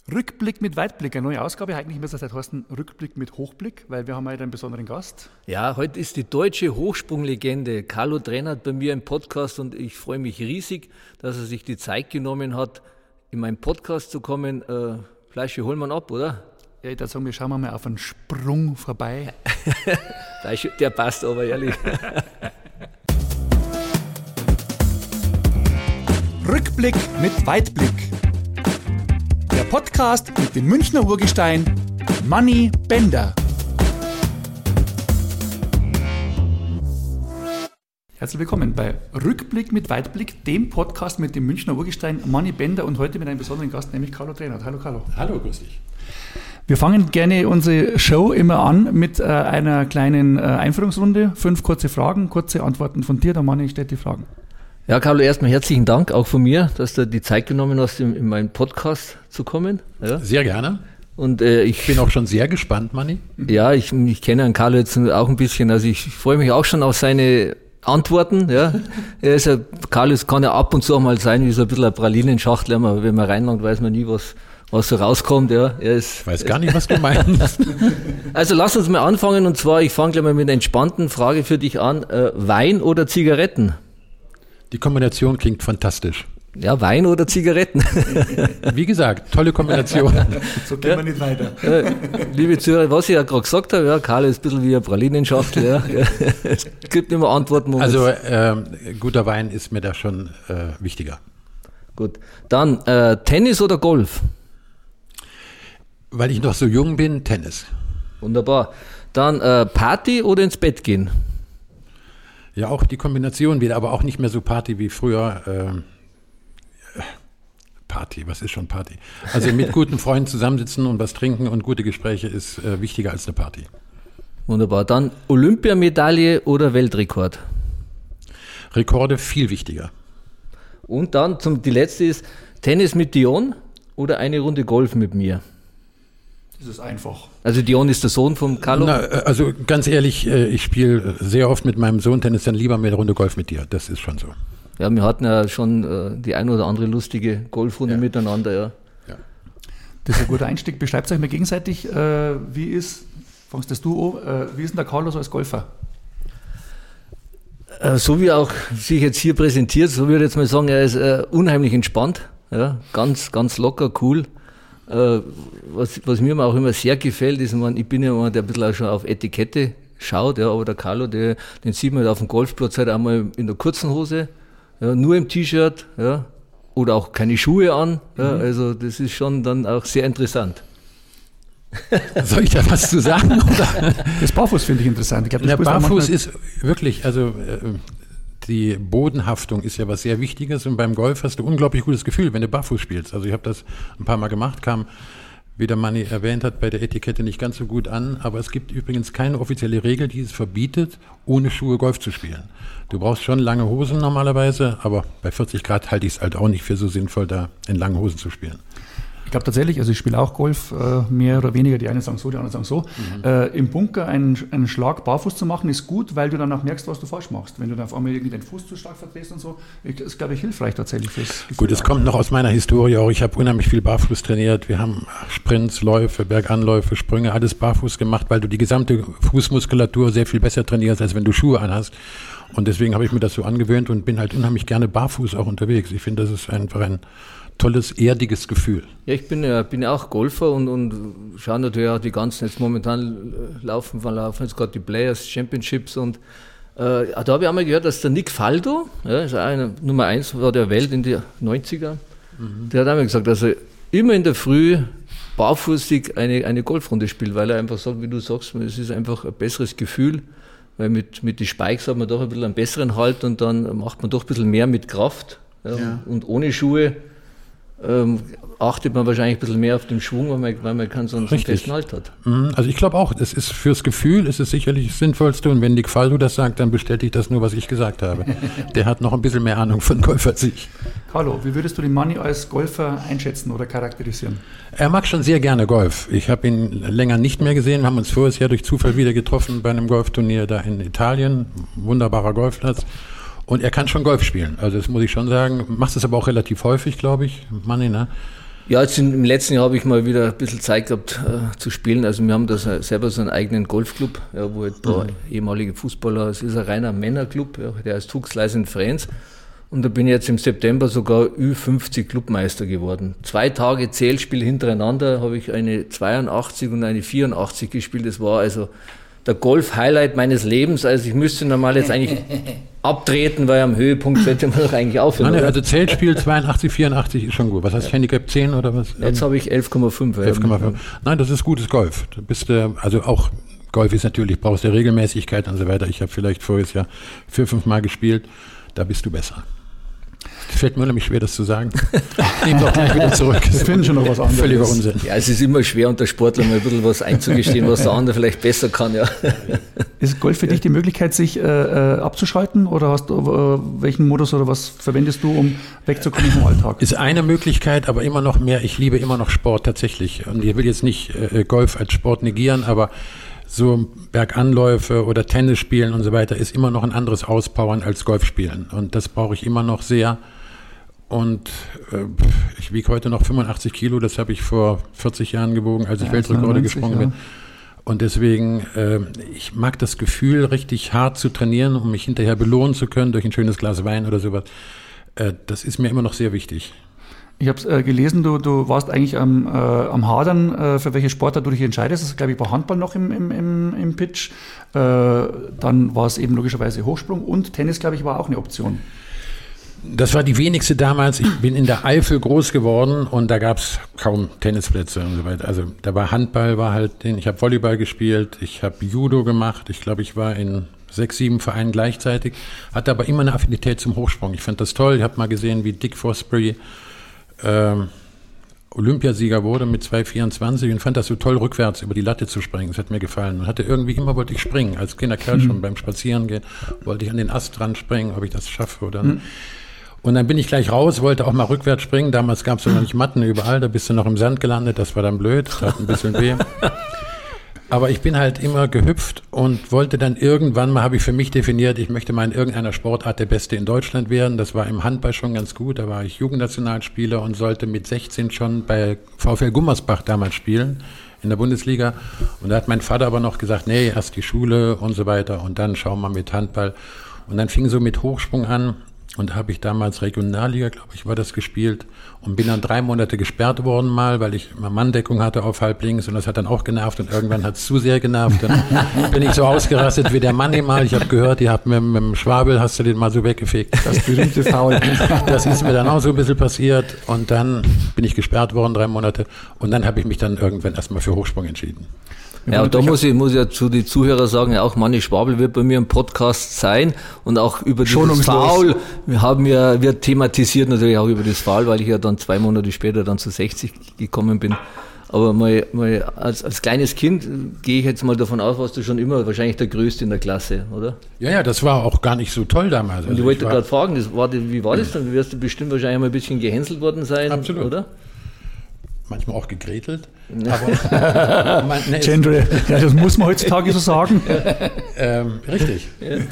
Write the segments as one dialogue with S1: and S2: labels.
S1: Rückblick mit Weitblick, eine neue Ausgabe. Eigentlich müsste es halt heißen Rückblick mit Hochblick, weil wir haben heute einen besonderen Gast.
S2: Ja, heute ist die deutsche Hochsprunglegende Carlo Traenert bei mir im Podcast und ich freue mich riesig, dass er sich die Zeit genommen hat, in meinen Podcast zu kommen. Fleisch, wir holen wir ab, oder?
S1: Ja, ich würde sagen, wir schauen mal auf einen Sprung vorbei.
S2: Der passt aber, ehrlich.
S1: Rückblick mit Weitblick. Der Podcast mit dem Münchner Urgestein Manni Bender. Herzlich willkommen bei Rückblick mit Weitblick, dem Podcast mit dem Münchner Urgestein Manni Bender und heute mit einem besonderen Gast, nämlich Carlo Traenert. Hallo Carlo.
S3: Hallo, grüß dich.
S1: Wir fangen gerne unsere Show immer an mit einer kleinen Einführungsrunde. 5 kurze Fragen, kurze Antworten von dir. Der Manni stellt die Fragen.
S2: Ja, Carlo, erstmal herzlichen Dank auch von mir, dass du die Zeit genommen hast, in meinen Podcast zu kommen. Ja.
S3: Sehr gerne.
S2: Und ich
S3: bin auch schon sehr gespannt, Manni.
S2: Ja, ich kenne Herrn Carlo jetzt auch ein bisschen. Also ich freue mich auch schon auf seine Antworten. Ja. Carlo kann ja ab und zu auch mal sein wie so ein bisschen ein Pralinenschachtel, aber wenn man reinlangt, weiß man nie, was so rauskommt. Ja.
S3: Ich weiß gar nicht, was du meinst.
S2: Also lass uns mal anfangen und zwar, ich fange gleich mal mit einer entspannten Frage für dich an. Wein oder Zigaretten?
S3: Die Kombination klingt fantastisch.
S2: Ja, Wein oder Zigaretten.
S3: Wie gesagt, tolle Kombination.
S1: So gehen wir nicht weiter.
S2: Liebe Zuhörer, was ich ja gerade gesagt habe, ja, Carlo ist ein bisschen wie ein Pralinenschachtel. Ja. Es gibt immer Antworten.
S3: Also guter Wein ist mir da schon wichtiger.
S2: Gut, dann Tennis oder Golf?
S3: Weil ich noch so jung bin, Tennis.
S2: Wunderbar. Dann Party oder ins Bett gehen?
S3: Ja, auch die Kombination wieder, aber auch nicht mehr so Party wie früher. Party, was ist schon Party? Also mit guten Freunden zusammensitzen und was trinken und gute Gespräche ist wichtiger als eine Party.
S2: Wunderbar. Dann Olympiamedaille oder Weltrekord?
S3: Rekorde viel wichtiger.
S2: Und dann, die letzte ist Tennis mit Dion oder eine Runde Golf mit mir?
S1: Das ist einfach.
S2: Also Dion ist der Sohn von Carlo?
S3: Also ganz ehrlich, ich spiele sehr oft mit meinem Sohn Tennis, dann lieber eine Runde Golf mit dir. Das ist schon so.
S2: Ja, wir hatten ja schon die ein oder andere lustige Golfrunde miteinander. Ja.
S1: Das ist ein guter Einstieg. Beschreibt euch mal gegenseitig, fangst das du an, wie ist denn der Carlo so als Golfer?
S2: So wie auch sich jetzt hier präsentiert, so würde ich jetzt mal sagen, er ist unheimlich entspannt, ja, ganz, ganz locker, cool. Was mir auch immer sehr gefällt, ist, ich bin ja einer, der ein bisschen auch schon auf Etikette schaut, ja, aber der Carlo, den sieht man halt auf dem Golfplatz halt einmal in der kurzen Hose, ja, nur im T-Shirt, ja, oder auch keine Schuhe an, ja, also das ist schon dann auch sehr interessant.
S3: Soll ich da was zu sagen? Oder?
S1: Das Barfuß finde ich interessant. Ich glaub,
S3: der Barfuß ist wirklich, also die Bodenhaftung ist ja was sehr Wichtiges und beim Golf hast du ein unglaublich gutes Gefühl, wenn du barfuß spielst. Also ich habe das ein paar Mal gemacht, kam, wie der Manni erwähnt hat, bei der Etikette nicht ganz so gut an, aber es gibt übrigens keine offizielle Regel, die es verbietet, ohne Schuhe Golf zu spielen. Du brauchst schon lange Hosen normalerweise, aber bei 40 Grad halte ich es halt auch nicht für so sinnvoll, da in langen Hosen zu spielen.
S1: Ich glaube tatsächlich, also ich spiele auch Golf, mehr oder weniger, die einen sagen so, die anderen sagen so. Im Bunker einen Schlag barfuß zu machen, ist gut, weil du dann auch merkst, was du falsch machst. Wenn du dann auf einmal irgendwie den Fuß zu stark verdrehst und so, ist, glaube ich, hilfreich tatsächlich fürs Gefühl.
S3: Gut, es kommt noch aus meiner Historie auch. Ich habe unheimlich viel barfuß trainiert. Wir haben Sprints, Läufe, Berganläufe, Sprünge, alles barfuß gemacht, weil du die gesamte Fußmuskulatur sehr viel besser trainierst, als wenn du Schuhe anhast. Und deswegen habe ich mir das so angewöhnt und bin halt unheimlich gerne barfuß auch unterwegs. Ich finde, das ist einfach ein tolles, erdiges Gefühl. Ja,
S2: ich bin ja auch Golfer und schaue natürlich auch die ganzen, jetzt momentan laufen jetzt gerade die Players Championships und da habe ich einmal gehört, dass der Nick Faldo, ja, ist einer, Nummer 1 war der Welt in den 90er, der hat einmal gesagt, dass er immer in der Früh barfußig eine Golfrunde spielt, weil er einfach sagt, wie du sagst, es ist einfach ein besseres Gefühl, weil mit den Spikes hat man doch ein bisschen einen besseren Halt und dann macht man doch ein bisschen mehr mit Kraft und ohne Schuhe achtet man wahrscheinlich ein bisschen mehr auf den Schwung, weil man so einen festen Halt hat.
S3: Also ich glaube auch, das ist fürs Gefühl ist es sicherlich das Sinnvollste und wenn Nick Faldo das sagt, dann bestätigt das nur, was ich gesagt habe. Der hat noch ein bisschen mehr Ahnung von Golf als ich.
S1: Carlo, wie würdest du den Manni als Golfer einschätzen oder charakterisieren?
S3: Er mag schon sehr gerne Golf. Ich habe ihn länger nicht mehr gesehen. Wir haben uns voriges Jahr durch Zufall wieder getroffen bei einem Golfturnier da in Italien. Wunderbarer Golfplatz. Und er kann schon Golf spielen. Also das muss ich schon sagen. Macht es aber auch relativ häufig, glaube ich. Manni, ne?
S2: Ja, jetzt im letzten Jahr habe ich mal wieder ein bisschen Zeit gehabt zu spielen. Also wir haben da selber so einen eigenen Golfclub, ja, wo halt ein paar ehemalige Fußballer, es ist ein reiner Männerclub, ja, der heißt Huxleis in Frens. Und da bin ich jetzt im September sogar Ü50 Clubmeister geworden. 2 Tage Zählspiel hintereinander habe ich eine 82 und eine 84 gespielt. Das war also der Golf-Highlight meines Lebens. Also ich müsste normal jetzt eigentlich abtreten, weil am Höhepunkt sollte man doch eigentlich aufhören.
S3: Nein, also Zählspiel 82, 84 ist schon gut. Was heißt Handicap 10 oder was?
S2: Jetzt habe ich 11,5.
S3: 11,5. Nein, das ist gutes Golf. Du bist, also auch Golf ist natürlich, brauchst du Regelmäßigkeit und so weiter. Ich habe vielleicht voriges Jahr 4-5 Mal gespielt. Da bist du besser. Das fällt mir nämlich schwer, das zu sagen. Nehmen doch gleich wieder zurück.
S1: Wir finden schon noch was anderes.
S3: Völliger Unsinn.
S2: Ja, es ist immer schwer unter Sportlern mal ein bisschen was einzugestehen, was der andere vielleicht besser kann, ja.
S1: Ist Golf für dich die Möglichkeit, sich abzuschalten, oder hast du welchen Modus oder was verwendest du, um wegzukommen vom Alltag?
S3: Ist eine Möglichkeit, aber immer noch mehr. Ich liebe immer noch Sport tatsächlich. Und ich will jetzt nicht Golf als Sport negieren, aber so Berganläufe oder Tennis spielen und so weiter ist immer noch ein anderes Auspowern als Golf spielen. Und das brauche ich immer noch sehr. Und ich wiege heute noch 85 Kilo, das habe ich vor 40 Jahren gewogen, als ich Weltrekorde gesprungen bin. Und deswegen, ich mag das Gefühl, richtig hart zu trainieren, um mich hinterher belohnen zu können durch ein schönes Glas Wein oder sowas. Das ist mir immer noch sehr wichtig.
S1: Ich habe gelesen, du warst eigentlich am Hadern, für welche Sportart du dich entscheidest. Das ist, glaube ich, war Handball noch im Pitch. Dann war es eben logischerweise Hochsprung und Tennis, glaube ich, war auch eine Option.
S3: Das war die wenigste damals. Ich bin in der Eifel groß geworden und da gab es kaum Tennisplätze und so weiter. Also da war Handball, ich habe Volleyball gespielt, ich habe Judo gemacht. Ich glaube, ich war in 6, 7 Vereinen gleichzeitig, hatte aber immer eine Affinität zum Hochsprung. Ich fand das toll. Ich habe mal gesehen, wie Dick Fosbury Olympiasieger wurde mit 2,24 und fand das so toll, rückwärts über die Latte zu springen. Das hat mir gefallen. Und wollte ich springen. Als kleiner Kerl schon beim Spazierengehen wollte ich an den Ast dran springen, ob ich das schaffe oder nicht. Und dann bin ich gleich raus, wollte auch mal rückwärts springen. Damals gab es noch nicht Matten überall, da bist du noch im Sand gelandet. Das war dann blöd, das tat ein bisschen weh. Aber ich bin halt immer gehüpft und wollte dann irgendwann mal, habe ich für mich definiert, ich möchte mal in irgendeiner Sportart der Beste in Deutschland werden. Das war im Handball schon ganz gut. Da war ich Jugendnationalspieler und sollte mit 16 schon bei VfL Gummersbach damals spielen in der Bundesliga. Und da hat mein Vater aber noch gesagt, nee, erst die Schule und so weiter und dann schauen wir mit Handball. Und dann fing so mit Hochsprung an. Und da habe ich damals Regionalliga, glaube ich, war das gespielt und bin dann 3 Monate gesperrt worden mal, weil ich immer Manndeckung hatte auf halblinks und das hat dann auch genervt und irgendwann hat es zu sehr genervt. Dann bin ich so ausgerastet wie der Manni mal. Ich habe gehört, ihr habt mit dem Schwabel, hast du den mal so weggefegt. Das berühmte Foul. Das ist mir dann auch so ein bisschen passiert und dann bin ich gesperrt worden 3 Monate und dann habe ich mich dann irgendwann erstmal für Hochsprung entschieden.
S2: Ja, und da muss ich ja zu den Zuhörern sagen, ja, auch Manni Schwabel wird bei mir im Podcast sein und auch über das Foul wird thematisiert natürlich auch über das Foul, weil ich ja dann 2 Monate später dann zu 60 gekommen bin. Aber mal als kleines Kind gehe ich jetzt mal davon aus, warst du schon immer wahrscheinlich der Größte in der Klasse, oder?
S3: Ja, das war auch gar nicht so toll damals.
S2: Und ich wollte gerade fragen, wie war das dann? Du wirst bestimmt wahrscheinlich mal ein bisschen gehänselt worden sein,
S3: absolut. Oder? Manchmal auch gegrätelt.
S1: Aber Gender, ja, das muss man heutzutage so sagen.
S3: Richtig.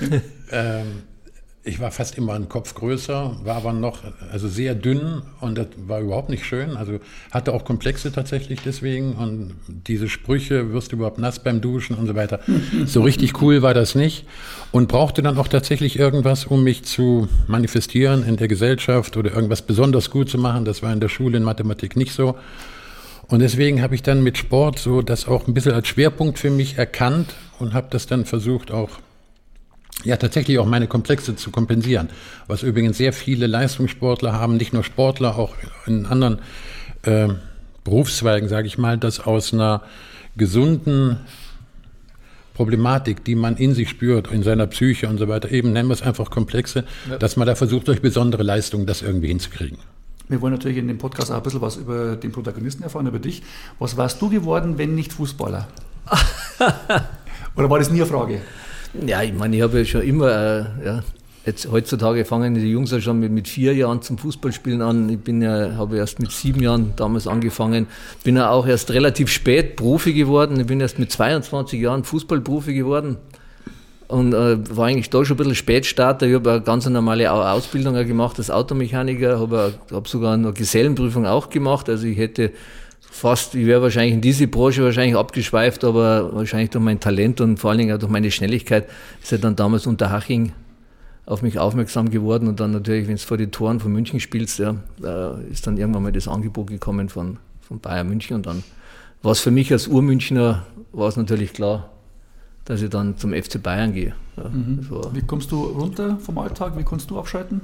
S3: Ich war fast immer einen Kopf größer, war aber noch sehr dünn und das war überhaupt nicht schön. Also hatte auch Komplexe tatsächlich deswegen und diese Sprüche, wirst du überhaupt nass beim Duschen und so weiter. So richtig cool war das nicht und brauchte dann auch tatsächlich irgendwas, um mich zu manifestieren in der Gesellschaft oder irgendwas besonders gut zu machen. Das war in der Schule in Mathematik nicht so. Und deswegen habe ich dann mit Sport so das auch ein bisschen als Schwerpunkt für mich erkannt und habe das dann versucht auch, ja, tatsächlich auch meine Komplexe zu kompensieren. Was übrigens sehr viele Leistungssportler haben, nicht nur Sportler, auch in anderen Berufszweigen, sage ich mal, dass aus einer gesunden Problematik, die man in sich spürt, in seiner Psyche und so weiter, eben nennen wir es einfach Komplexe, ja, dass man da versucht, durch besondere Leistungen das irgendwie hinzukriegen.
S1: Wir wollen natürlich in dem Podcast auch ein bisschen was über den Protagonisten erfahren, über dich. Was warst du geworden, wenn nicht Fußballer? Oder war das nie eine Frage?
S2: Ja, ich meine, ich habe ja schon immer, jetzt heutzutage fangen die Jungs ja schon mit 4 Jahren zum Fußballspielen an. Ich habe erst mit 7 Jahren damals angefangen, bin ja auch erst relativ spät Profi geworden. Ich bin erst mit 22 Jahren Fußballprofi geworden. Und war eigentlich da schon ein bisschen Spätstarter. Ich habe eine ganz normale Ausbildung gemacht als Automechaniker, habe sogar eine Gesellenprüfung auch gemacht. Also ich wäre wahrscheinlich in diese Branche wahrscheinlich abgeschweift, aber wahrscheinlich durch mein Talent und vor allen Dingen auch durch meine Schnelligkeit ist er dann damals Unterhaching auf mich aufmerksam geworden. Und dann natürlich, wenn du vor den Toren von München spielst, ja, da ist dann irgendwann mal das Angebot gekommen von Bayern München. Und dann war es für mich als Urmünchner, war es natürlich klar, dass ich dann zum FC Bayern gehe. Ja,
S1: Wie kommst du runter vom Alltag? Wie kannst du abschalten?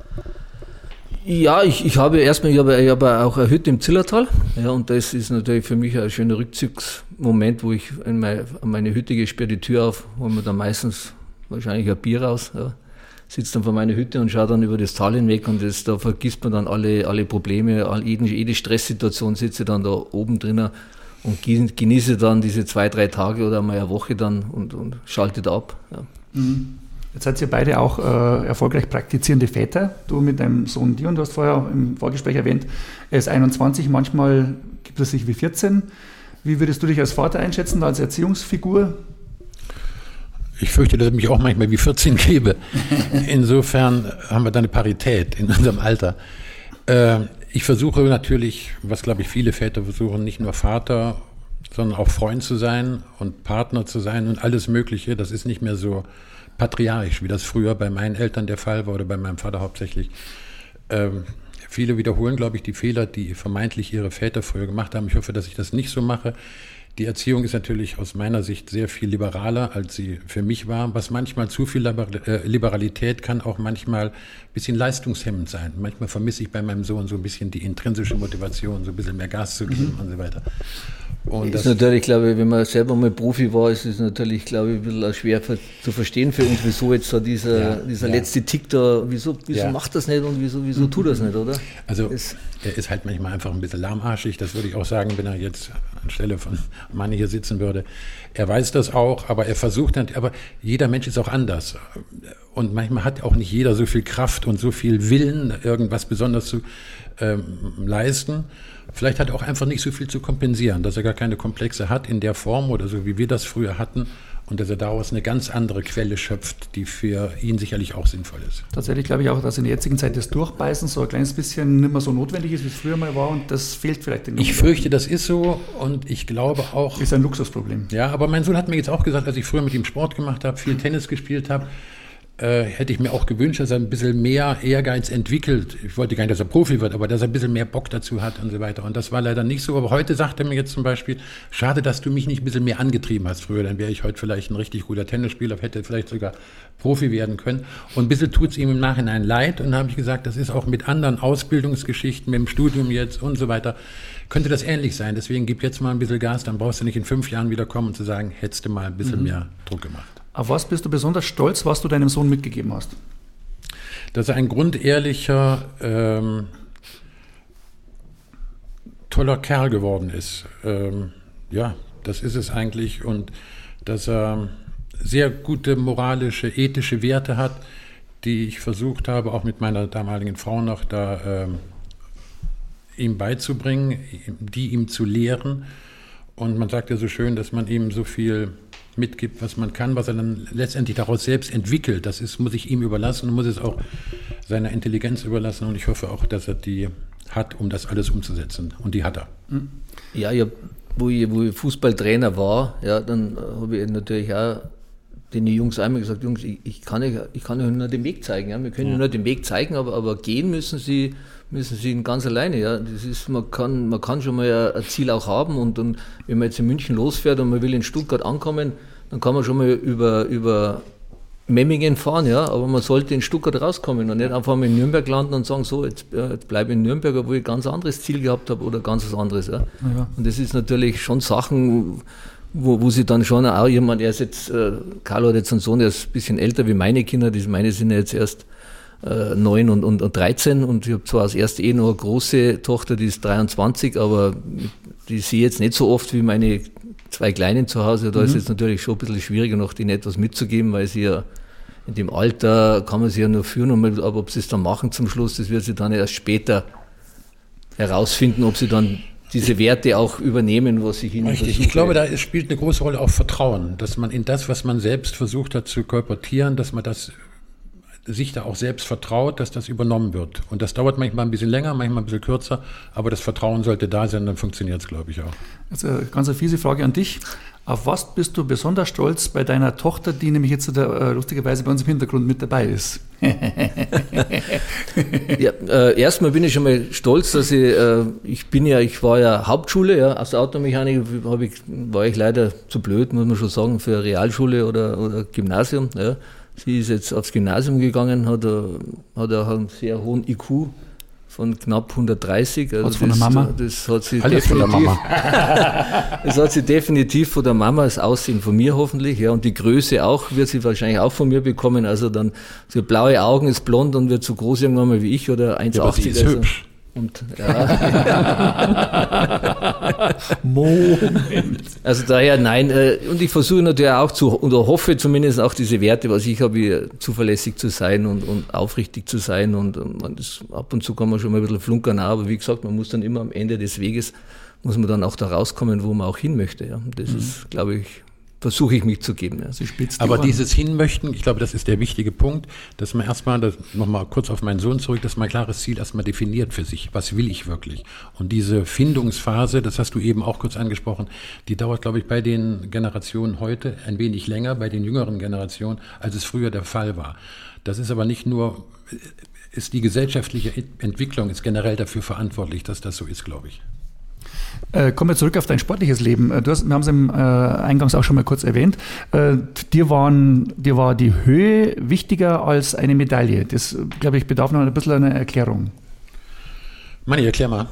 S2: Ja, ich habe auch eine Hütte im Zillertal. Ja, und das ist natürlich für mich ein schöner Rückzugsmoment, wo ich an meine Hütte gehe, sperre die Tür auf, hole mir dann meistens wahrscheinlich ein Bier raus, ja, sitze dann vor meiner Hütte und schaue dann über das Tal hinweg und da vergisst man dann alle Probleme, jede Stresssituation, sitze dann da oben drinnen und genieße dann diese 2-3 Tage oder mal eine Woche dann und schalte da ab. Ja.
S1: Jetzt seid ihr beide auch erfolgreich praktizierende Väter. Du mit deinem Sohn Dion, du hast vorher im Vorgespräch erwähnt, er ist 21, manchmal gibt es sich wie 14. Wie würdest du dich als Vater einschätzen, als Erziehungsfigur?
S3: Ich fürchte, dass ich mich auch manchmal wie 14 gebe. Insofern haben wir da eine Parität in unserem Alter. Ich versuche natürlich, was glaube ich viele Väter versuchen, nicht nur Vater, sondern auch Freund zu sein und Partner zu sein und alles Mögliche. Das ist nicht mehr so patriarchisch, wie das früher bei meinen Eltern der Fall war oder bei meinem Vater hauptsächlich. Viele wiederholen, glaube ich, die Fehler, die vermeintlich ihre Väter früher gemacht haben. Ich hoffe, dass ich das nicht so mache. Die Erziehung ist natürlich aus meiner Sicht sehr viel liberaler, als sie für mich war. Was manchmal zu viel Liberalität kann auch manchmal ein bisschen leistungshemmend sein. Manchmal vermisse ich bei meinem Sohn so ein bisschen die intrinsische Motivation, so ein bisschen mehr Gas zu geben und so weiter. Und
S2: ist natürlich, glaube ich, wenn man selber mal Profi war, ist es natürlich, glaube ich, ein bisschen schwer zu verstehen für uns, wieso jetzt so dieser letzte Tick da, wieso macht das nicht und wieso tut das nicht, oder?
S3: Also er ist halt manchmal einfach ein bisschen lahmarschig, das würde ich auch sagen, wenn er jetzt anstelle von Manni hier sitzen würde. Er weiß das auch, aber er versucht nicht, aber jeder Mensch ist auch anders. Und manchmal hat auch nicht jeder so viel Kraft und so viel Willen, irgendwas besonders zu leisten. Vielleicht hat er auch einfach nicht so viel zu kompensieren, dass er gar keine Komplexe hat in der Form oder so, wie wir das früher hatten und dass er daraus eine ganz andere Quelle schöpft, die für ihn sicherlich auch sinnvoll ist.
S1: Tatsächlich glaube ich auch, dass in der jetzigen Zeit das Durchbeißen so ein kleines bisschen nicht mehr so notwendig ist, wie es früher mal war und das fehlt vielleicht den Jungen.
S3: Ich fürchte, das ist so und ich glaube auch...
S1: Ist ein Luxusproblem.
S3: Ja, aber mein Sohn hat mir jetzt auch gesagt, als ich früher mit ihm Sport gemacht habe, viel Tennis gespielt habe, hätte ich mir auch gewünscht, dass er ein bisschen mehr Ehrgeiz entwickelt. Ich wollte gar nicht, dass er Profi wird, aber dass er ein bisschen mehr Bock dazu hat und so weiter. Und das war leider nicht so. Aber heute sagt er mir jetzt zum Beispiel, schade, dass du mich nicht ein bisschen mehr angetrieben hast früher. Dann wäre ich heute vielleicht ein richtig guter Tennisspieler, hätte vielleicht sogar Profi werden können. Und ein bisschen tut es ihm im Nachhinein leid. Und dann habe ich gesagt, das ist auch mit anderen Ausbildungsgeschichten, mit dem Studium jetzt und so weiter, könnte das ähnlich sein. Deswegen gib jetzt mal ein bisschen Gas, dann brauchst du nicht in 5 Jahren wieder kommen und zu sagen, hättest du mal ein bisschen mehr Druck gemacht.
S1: Auf was bist du besonders stolz, was du deinem Sohn mitgegeben hast?
S3: Dass er ein grundehrlicher, toller Kerl geworden ist. Ja, das ist es eigentlich. Und dass er sehr gute moralische, ethische Werte hat, die ich versucht habe, auch mit meiner damaligen Frau noch da ihm beizubringen, die ihm zu lehren. Und man sagt ja so schön, dass man ihm so viel mitgibt, was man kann, was er dann letztendlich daraus selbst entwickelt. Das muss ich ihm überlassen und muss es auch seiner Intelligenz überlassen. Und ich hoffe auch, dass er die hat, um das alles umzusetzen. Und die hat er.
S2: Ja, wo ich Fußballtrainer war, ja, dann habe ich natürlich auch den Jungs einmal gesagt, Jungs, ich kann euch nur den Weg zeigen. Ja. Wir können nur den Weg zeigen, aber gehen müssen sie ganz alleine. Ja. Das ist, man kann schon mal ein Ziel auch haben und wenn man jetzt in München losfährt und man will in Stuttgart ankommen, dann kann man schon mal über Memmingen fahren, ja, aber man sollte in Stuttgart rauskommen und nicht einfach mal in Nürnberg landen und sagen, so, jetzt bleibe ich in Nürnberg, obwohl ich ein ganz anderes Ziel gehabt habe oder ganz was anderes. Ja. Ja. Und das ist natürlich schon Sachen, wo sie dann schon auch jemand, er ist jetzt, Carlo hat jetzt einen Sohn, der ist ein bisschen älter wie meine Kinder, meine sind ja jetzt erst 9 und 13 und ich habe zwar als erste noch eine große Tochter, die ist 23, aber die sehe ich jetzt nicht so oft wie meine 2 Kleinen zu Hause. Da ist es natürlich schon ein bisschen schwieriger, noch denen etwas mitzugeben, weil sie ja in dem Alter kann man sie ja nur führen, aber ob sie es dann machen zum Schluss, das wird sie dann erst später herausfinden, ob sie dann diese Werte auch übernehmen, was ich ihnen
S3: Richtig.
S2: versuche.
S3: Ich glaube, da spielt eine große Rolle auch Vertrauen, dass man in das, was man selbst versucht hat zu kolportieren, dass man das sich da auch selbst vertraut, dass das übernommen wird. Und das dauert manchmal ein bisschen länger, manchmal ein bisschen kürzer, aber das Vertrauen sollte da sein, dann funktioniert es, glaube ich, auch.
S1: Also ganz eine fiese Frage an dich. Auf was bist du besonders stolz bei deiner Tochter, die nämlich jetzt lustigerweise bei uns im Hintergrund mit dabei ist?
S2: Ja, erstmal bin ich schon mal stolz, dass ich war ja Hauptschule, ja, aus der Automechanik war ich leider zu blöd, muss man schon sagen, für Realschule oder Gymnasium. Ja. Sie ist jetzt aufs Gymnasium gegangen, hat auch einen sehr hohen IQ von knapp 130. Also
S1: von der Mama?
S2: Das hat sie
S3: Alles von der Mama.
S2: Das hat sie definitiv von der Mama, das Aussehen von mir hoffentlich, ja, und die Größe auch, wird sie wahrscheinlich auch von mir bekommen, also dann so blaue Augen, ist blond und wird so groß irgendwann mal wie ich oder 1,80.
S3: Ja, aber sie ist
S2: also.
S3: hübsch.
S2: Und, ja. Moment. Also daher nein, und ich versuche natürlich auch oder hoffe zumindest auch diese Werte, was ich habe, zuverlässig zu sein und aufrichtig zu sein und ab und zu kann man schon mal ein bisschen flunkern, aber wie gesagt, man muss dann immer am Ende des Weges, muss man dann auch da rauskommen, wo man auch hin möchte. Ja. Das ist, glaube ich, versuche ich mich zu geben. Ja.
S3: Aber dieses Hinmöchten, ich glaube, das ist der wichtige Punkt, dass man erstmal, nochmal kurz auf meinen Sohn zurück, dass man ein klares Ziel erstmal definiert für sich. Was will ich wirklich? Und diese Findungsphase, das hast du eben auch kurz angesprochen, die dauert, glaube ich, bei den Generationen heute ein wenig länger, bei den jüngeren Generationen, als es früher der Fall war. Das ist aber nicht nur, ist die gesellschaftliche Entwicklung ist generell dafür verantwortlich, dass das so ist, glaube ich.
S1: Kommen wir zurück auf dein sportliches Leben. Wir haben es im Eingangs auch schon mal kurz erwähnt. Dir war die Höhe wichtiger als eine Medaille. Das, glaube ich, bedarf noch ein bisschen einer Erklärung.
S3: Manni, erklär mal.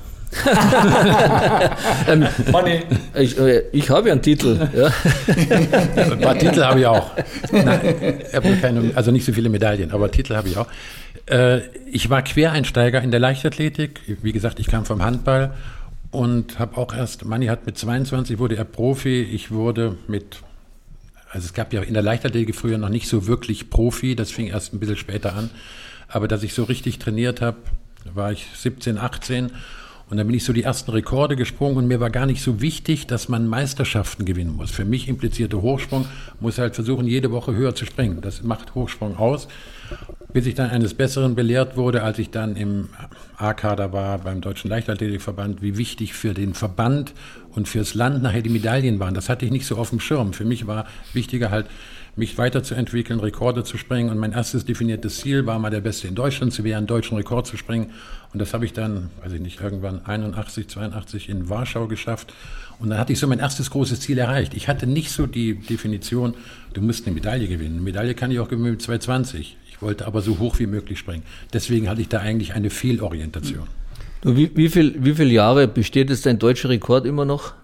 S2: Ich habe ja einen Titel. Ja.
S3: Ein paar Titel habe ich auch. Nein, also nicht so viele Medaillen, aber Titel habe ich auch. Ich war Quereinsteiger in der Leichtathletik. Wie gesagt, ich kam vom Handball. Und habe auch Manni hat mit 22, wurde er Profi, ich wurde also es gab ja in der Leichtathletik früher noch nicht so wirklich Profi, das fing erst ein bisschen später an, aber dass ich so richtig trainiert habe, war ich 17, 18 und dann bin ich so die ersten Rekorde gesprungen und mir war gar nicht so wichtig, dass man Meisterschaften gewinnen muss. Für mich implizierte Hochsprung, muss halt versuchen, jede Woche höher zu springen, das macht Hochsprung aus. Bis ich dann eines Besseren belehrt wurde, als ich dann im A-Kader war beim Deutschen Leichtathletikverband, wie wichtig für den Verband und fürs Land nachher die Medaillen waren. Das hatte ich nicht so auf dem Schirm. Für mich war wichtiger halt, mich weiterzuentwickeln, Rekorde zu springen. Und mein erstes definiertes Ziel war mal der Beste in Deutschland zu werden, einen deutschen Rekord zu springen. Und das habe ich dann, weiß ich nicht, irgendwann 81, 82 in Warschau geschafft. Und dann hatte ich so mein erstes großes Ziel erreicht. Ich hatte nicht so die Definition, du musst eine Medaille gewinnen. Eine Medaille kann ich auch gewinnen mit 2,20. Ich wollte aber so hoch wie möglich springen. Deswegen hatte ich da eigentlich eine Fehlorientation.
S2: Wie viele Jahre besteht jetzt dein deutscher Rekord immer noch?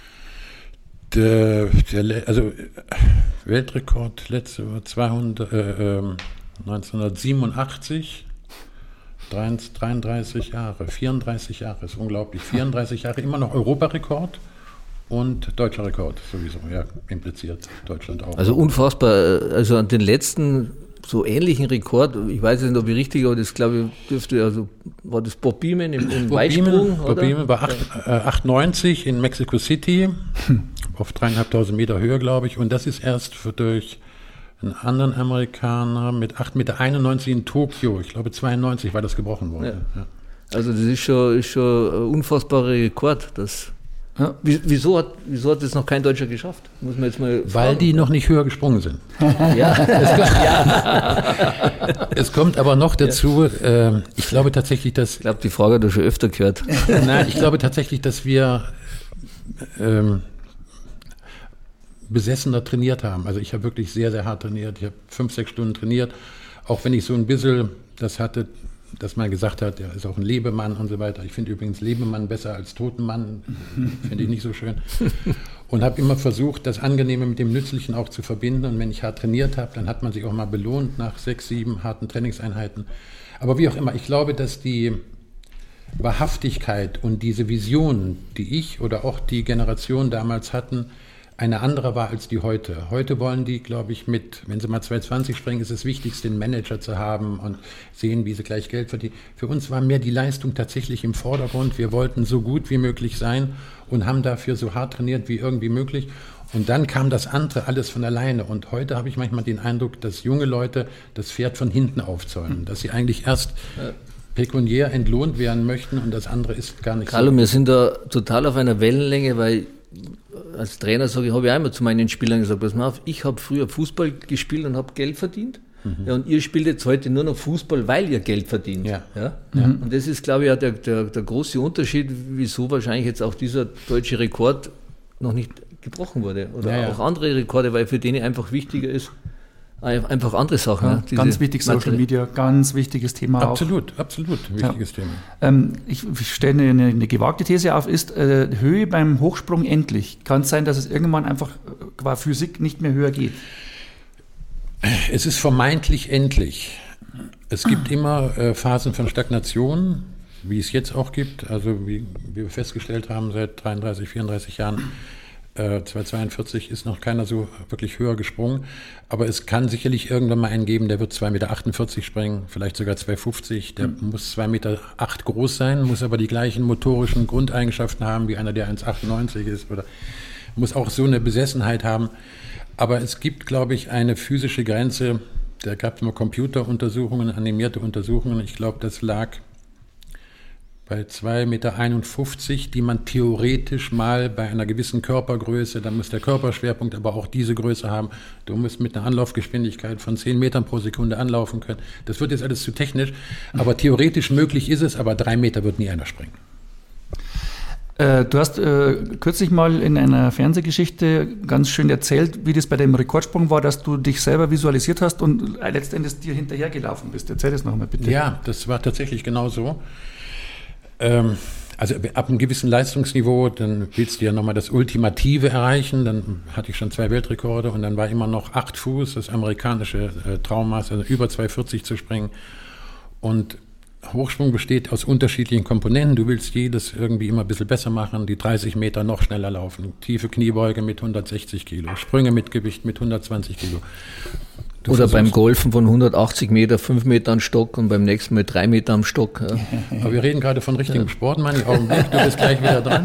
S3: Also Weltrekord letzte war 1987, 33 Jahre, 34 Jahre, ist unglaublich. 34 Jahre immer noch Europarekord und deutscher Rekord sowieso, ja, impliziert Deutschland auch.
S2: Also unfassbar, also an den letzten so ähnlichen Rekord, ich weiß nicht, ob ich richtig, aber das glaube ich war das Bob Beamon im Weitsprung,
S3: Bob Beamon war 98 in Mexico City, auf 3.500 Meter Höhe, glaube ich, und das ist erst durch einen anderen Amerikaner mit 8,91 Meter in Tokio, ich glaube 92 war das gebrochen worden. Ja. Ja.
S2: Also das ist schon ein unfassbarer Rekord, das. Ja. Wieso hat das noch kein Deutscher geschafft? Muss man jetzt mal fragen.
S3: Weil die noch nicht höher gesprungen sind.
S2: Ja.
S3: Es kommt aber noch dazu, ich glaube tatsächlich, dass...
S2: Ich glaube, die Frage hat er schon öfter gehört.
S3: Nein, ich glaube tatsächlich, dass wir besessener trainiert haben. Also ich habe wirklich sehr, sehr hart trainiert. Ich habe 5-6 Stunden trainiert. Auch wenn ich so ein bisschen das hatte, dass man gesagt hat, er ist auch ein Lebemann und so weiter. Ich finde übrigens Lebemann besser als Totenmann, finde ich nicht so schön. Und habe immer versucht, das Angenehme mit dem Nützlichen auch zu verbinden. Und wenn ich hart trainiert habe, dann hat man sich auch mal belohnt nach 6, 7 harten Trainingseinheiten. Aber wie auch immer, ich glaube, dass die Wahrhaftigkeit und diese Vision, die ich oder auch die Generation damals hatten, eine andere war als die heute. Heute wollen die, glaube ich, wenn sie mal 2,20 springen, ist es wichtigste, einen Manager zu haben und sehen, wie sie gleich Geld verdienen. Für uns war mehr die Leistung tatsächlich im Vordergrund. Wir wollten so gut wie möglich sein und haben dafür so hart trainiert wie irgendwie möglich. Und dann kam das andere alles von alleine. Und heute habe ich manchmal den Eindruck, dass junge Leute das Pferd von hinten aufzäumen, dass sie eigentlich erst pekuniär entlohnt werden möchten und das andere ist gar nicht
S2: Carlo, wir sind da total auf einer Wellenlänge, weil als Trainer habe ich auch immer zu meinen Spielern gesagt, pass mal auf, ich habe früher Fußball gespielt und habe Geld verdient. Ja, und ihr spielt jetzt heute nur noch Fußball, weil ihr Geld verdient. Ja. Und das ist, glaube ich, auch der große Unterschied, wieso wahrscheinlich jetzt auch dieser deutsche Rekord noch nicht gebrochen wurde. Oder auch andere Rekorde, weil für den einfach wichtiger ist, einfach andere Sachen.
S1: Ja, ganz wichtig, Social Media, ganz wichtiges Thema
S3: absolut wichtiges Thema.
S1: Ich stelle eine gewagte These auf, ist Höhe beim Hochsprung endlich? Kann es sein, dass es irgendwann einfach qua Physik nicht mehr höher geht?
S3: Es ist vermeintlich endlich. Es gibt immer Phasen von Stagnation, wie es jetzt auch gibt. Also wie wir festgestellt haben, seit 33, 34 Jahren, 2,42 ist noch keiner so wirklich höher gesprungen, aber es kann sicherlich irgendwann mal einen geben, der wird 2,48 Meter springen, vielleicht sogar 2,50, der muss 2,8 Meter groß sein, muss aber die gleichen motorischen Grundeigenschaften haben wie einer, der 1,98 ist oder muss auch so eine Besessenheit haben, aber es gibt, glaube ich, eine physische Grenze, da gab es mal Computeruntersuchungen, animierte Untersuchungen, ich glaube, das lag bei 2,51 Meter, die man theoretisch mal bei einer gewissen Körpergröße, dann muss der Körperschwerpunkt aber auch diese Größe haben. Du musst mit einer Anlaufgeschwindigkeit von 10 Metern pro Sekunde anlaufen können. Das wird jetzt alles zu technisch, aber theoretisch möglich ist es, aber 3 Meter wird nie einer springen.
S1: Du hast kürzlich mal in einer Fernsehgeschichte ganz schön erzählt, wie das bei dem Rekordsprung war, dass du dich selber visualisiert hast und letztendlich dir hinterhergelaufen bist. Erzähl das nochmal bitte.
S3: Ja, das war tatsächlich genau so. Also ab einem gewissen Leistungsniveau, dann willst du ja nochmal das Ultimative erreichen, dann hatte ich schon 2 Weltrekorde und dann war immer noch 8 Fuß, das amerikanische Traummaß, also über 2,40 zu springen. Und Hochsprung besteht aus unterschiedlichen Komponenten, du willst jedes irgendwie immer ein bisschen besser machen, die 30 Meter noch schneller laufen, tiefe Kniebeuge mit 160 Kilo, Sprünge mit Gewicht mit 120 Kilo.
S2: Oder beim Golfen von 180 Meter, 5 Meter am Stock und beim nächsten Mal 3 Meter am Stock. Ja.
S3: Aber wir reden gerade von richtigem Sport, Manni, Augenblick, du bist gleich wieder dran.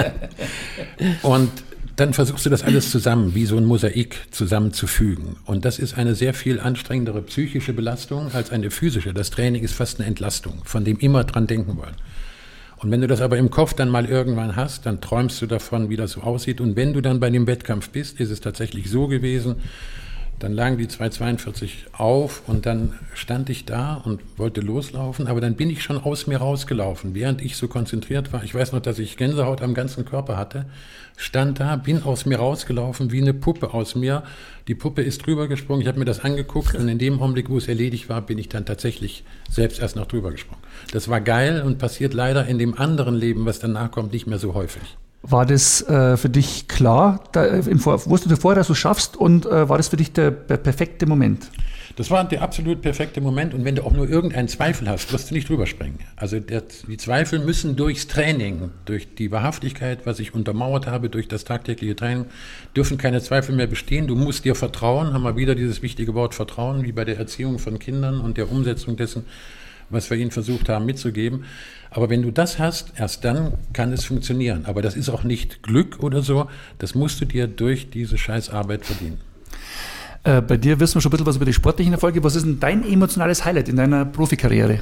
S3: Und dann versuchst du das alles zusammen, wie so ein Mosaik zusammenzufügen. Und das ist eine sehr viel anstrengendere psychische Belastung als eine physische. Das Training ist fast eine Entlastung, von dem immer dran denken wollen. Und wenn du das aber im Kopf dann mal irgendwann hast, dann träumst du davon, wie das so aussieht. Und wenn du dann bei dem Wettkampf bist, ist es tatsächlich so gewesen, dann lagen die 2,42 auf und dann stand ich da und wollte loslaufen, aber dann bin ich schon aus mir rausgelaufen, während ich so konzentriert war. Ich weiß noch, dass ich Gänsehaut am ganzen Körper hatte, stand da, bin aus mir rausgelaufen wie eine Puppe aus mir. Die Puppe ist drüber gesprungen, ich habe mir das angeguckt und in dem Augenblick, wo es erledigt war, bin ich dann tatsächlich selbst erst noch drüber gesprungen. Das war geil und passiert leider in dem anderen Leben, was danach kommt, nicht mehr so häufig.
S1: War das für dich klar? Wusstest du vorher, dass du es schaffst und war das für dich der perfekte Moment?
S3: Das war der absolut perfekte Moment und wenn du auch nur irgendeinen Zweifel hast, wirst du nicht drüber springen. Also die Zweifel müssen durchs Training, durch die Wahrhaftigkeit, was ich untermauert habe, durch das tagtägliche Training, dürfen keine Zweifel mehr bestehen. Du musst dir vertrauen, haben wir wieder dieses wichtige Wort Vertrauen, wie bei der Erziehung von Kindern und der Umsetzung dessen, was wir ihnen versucht haben mitzugeben. Aber wenn du das hast, erst dann kann es funktionieren. Aber das ist auch nicht Glück oder so, das musst du dir durch diese Scheißarbeit verdienen.
S1: Bei dir wissen wir schon ein bisschen was über die sportlichen Erfolge. Was ist denn dein emotionales Highlight in deiner Profikarriere?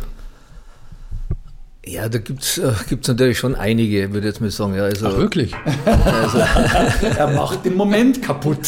S2: Ja, da gibt's natürlich schon einige, würde ich jetzt mal sagen. Ja, also,
S3: ach, wirklich?
S1: Also, er macht den Moment kaputt.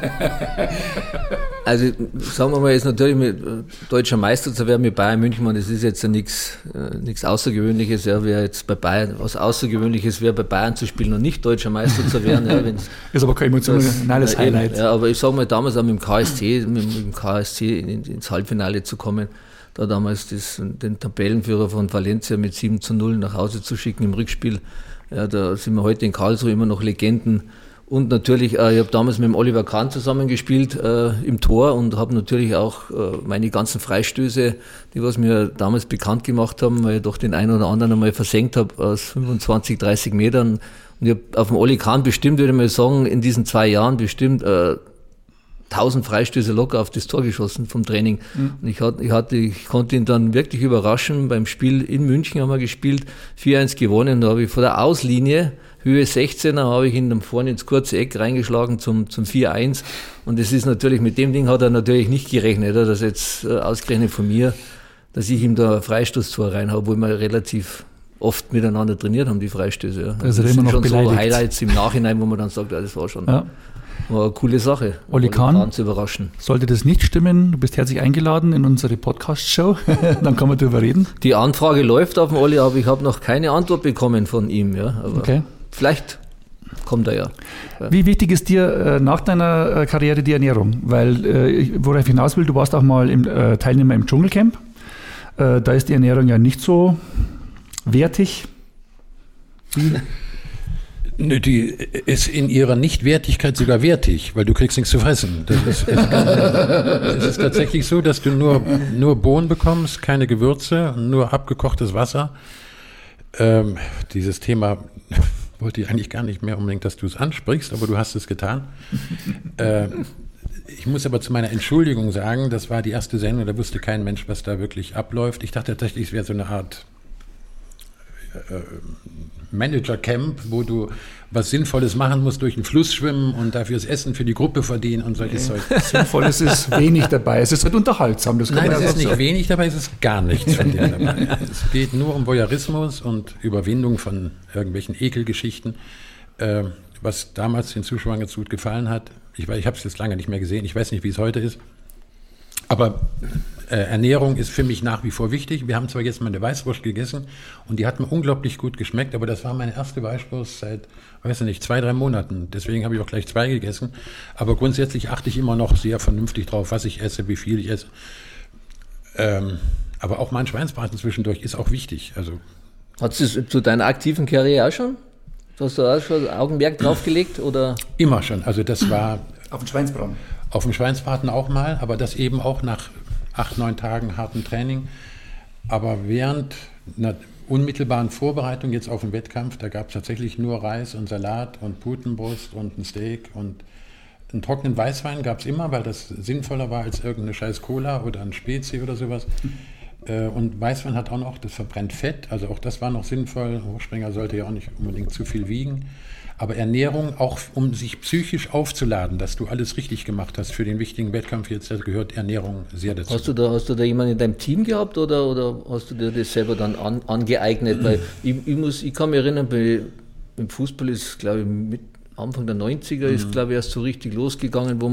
S2: Also sagen wir mal, jetzt natürlich mit deutscher Meister zu werden mit Bayern München, das ist jetzt ja nichts Außergewöhnliches. Ja, wäre jetzt bei Bayern was Außergewöhnliches wäre bei Bayern zu spielen und nicht deutscher Meister zu werden. Ja,
S1: ist aber kein emotionales Highlight.
S2: Ja, aber ich sage mal damals auch mit dem KSC ins Halbfinale zu kommen. Da damals den Tabellenführer von Valencia mit 7:0 nach Hause zu schicken im Rückspiel. Ja, da sind wir heute in Karlsruhe immer noch Legenden. Und natürlich, ich habe damals mit dem Oliver Kahn zusammengespielt im Tor und habe natürlich auch meine ganzen Freistöße, die was mir damals bekannt gemacht haben, weil ich doch den einen oder anderen einmal versenkt habe aus 25, 30 Metern. Und ich habe auf dem Oli Kahn bestimmt, würde ich mal sagen, in diesen 2 Jahren bestimmt 1000 Freistöße locker auf das Tor geschossen vom Training. Und ich konnte ihn dann wirklich überraschen. Beim Spiel in München haben wir gespielt, 4-1 gewonnen. Da habe ich vor der Auslinie, Höhe 16er, habe ich ihn dann vorne ins kurze Eck reingeschlagen zum 4-1. Und das ist natürlich, mit dem Ding hat er natürlich nicht gerechnet, dass jetzt ausgerechnet von mir, dass ich ihm da ein Freistoßtor reinhabe, wo wir relativ oft miteinander trainiert haben, die Freistöße. Ja.
S1: Also
S2: das
S1: sind
S2: sind schon
S1: beleidigt.
S2: so Highlights im Nachhinein, wo man dann sagt, ja, das war schon...
S1: Ja.
S2: War eine coole Sache,
S1: Oli Kahn
S2: zu überraschen.
S1: Sollte das nicht stimmen, du bist herzlich eingeladen in unsere Podcast-Show, dann kann man darüber reden.
S2: Die Anfrage läuft auf dem Olli, aber ich habe noch keine Antwort bekommen von ihm. Ja, aber
S1: okay.
S2: Vielleicht kommt er ja.
S1: Wie wichtig ist dir nach deiner Karriere die Ernährung? Weil, worauf ich hinaus will, du warst auch mal Teilnehmer im Dschungelcamp. Da ist die Ernährung ja nicht so wertig.
S3: Nö, die ist in ihrer Nichtwertigkeit sogar wertig, weil du kriegst nichts zu fressen. Es ist tatsächlich so, dass du nur Bohnen bekommst, keine Gewürze, nur abgekochtes Wasser. Dieses Thema wollte ich eigentlich gar nicht mehr unbedingt, dass du es ansprichst, aber du hast es getan. Ich muss aber zu meiner Entschuldigung sagen, das war die erste Sendung, da wusste kein Mensch, was da wirklich abläuft. Ich dachte tatsächlich, es wäre so eine Art Manager-Camp, wo du was Sinnvolles machen musst, durch den Fluss schwimmen und dafür das Essen für die Gruppe verdienen und solches Zeug.
S1: Sinnvolles ist wenig dabei. Es ist halt unterhaltsam.
S3: Nein, es ist nicht wenig dabei, es ist gar nichts von dem dabei. Es geht nur um Voyeurismus und Überwindung von irgendwelchen Ekelgeschichten, was damals den Zuschauern ganz gut gefallen hat. Ich habe es jetzt lange nicht mehr gesehen, ich weiß nicht, wie es heute ist. Aber Ernährung ist für mich nach wie vor wichtig. Wir haben zwar jetzt mal eine Weißwurst gegessen und die hat mir unglaublich gut geschmeckt, aber das war meine erste Weißwurst seit, weiß ich nicht, 2-3 Monaten. Deswegen habe ich auch gleich 2 gegessen. Aber grundsätzlich achte ich immer noch sehr vernünftig drauf, was ich esse, wie viel ich esse. Aber auch mal ein Schweinsbraten zwischendurch ist auch wichtig. Also,
S2: hast du es zu deiner aktiven Karriere auch schon? Hast du auch schon Augenmerk draufgelegt? Oder?
S3: Immer schon. Also das war...
S1: Auf den Schweinsbraten?
S3: Auf dem Schweinsbraten auch mal, aber das eben auch nach 8-9 Tagen hartem Training. Aber während einer unmittelbaren Vorbereitung jetzt auf den Wettkampf, da gab es tatsächlich nur Reis und Salat und Putenbrust und ein Steak und einen trockenen Weißwein gab es immer, weil das sinnvoller war als irgendeine scheiß Cola oder ein Spezi oder sowas. Und Weißwein hat auch noch, das verbrennt Fett, also auch das war noch sinnvoll. Hochspringer sollte ja auch nicht unbedingt zu viel wiegen. Aber Ernährung, auch um sich psychisch aufzuladen, dass du alles richtig gemacht hast für den wichtigen Wettkampf jetzt, da gehört Ernährung sehr dazu.
S2: Hast du da jemanden in deinem Team gehabt oder hast du dir das selber dann angeeignet? Weil ich kann mich erinnern, beim Fußball ist, glaube ich, mit Anfang der 90er ist, glaube ich, erst so richtig losgegangen,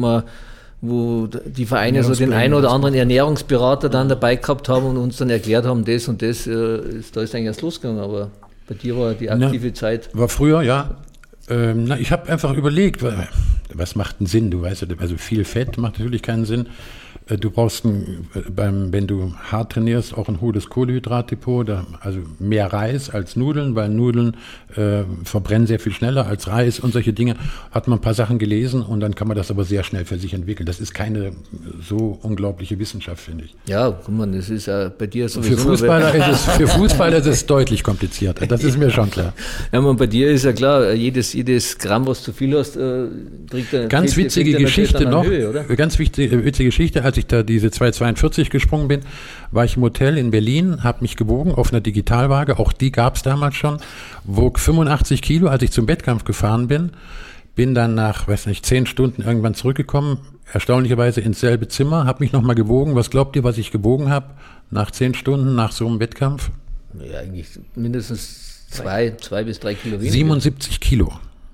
S2: wo die Vereine so den einen oder anderen Ernährungsberater dann dabei gehabt haben und uns dann erklärt haben, das und das, da ist eigentlich erst losgegangen, aber bei dir war die aktive Zeit.
S3: War früher, ja. Ich habe einfach überlegt, was macht einen Sinn? Du weißt, also viel Fett macht natürlich keinen Sinn. Du brauchst, wenn du hart trainierst, auch ein hohes Kohlenhydratdepot, also mehr Reis als Nudeln, weil Nudeln verbrennen sehr viel schneller als Reis und solche Dinge. Hat man ein paar Sachen gelesen und dann kann man das aber sehr schnell für sich entwickeln. Das ist keine so unglaubliche Wissenschaft, finde ich.
S2: Ja, guck mal, das ist ja bei dir sowieso...
S3: Für Fußballer ist es deutlich komplizierter, das ist mir schon klar.
S2: Ja, man, bei dir ist ja klar, jedes Gramm, was du viel hast, kriegt er...
S3: Ganz witzige Geschichte noch, ganz witzige Geschichte, als ich da diese 2,42 gesprungen bin, war ich im Hotel in Berlin, habe mich gewogen auf einer Digitalwaage, auch die gab es damals schon, wog 85 Kilo, als ich zum Wettkampf gefahren bin dann nach, 10 Stunden irgendwann zurückgekommen, erstaunlicherweise ins selbe Zimmer, habe mich nochmal gewogen. Was glaubt ihr, was ich gewogen habe nach 10 Stunden nach so einem Wettkampf?
S2: Ja, eigentlich mindestens 2 bis 3 Kilo weniger.
S3: 77 Kilo.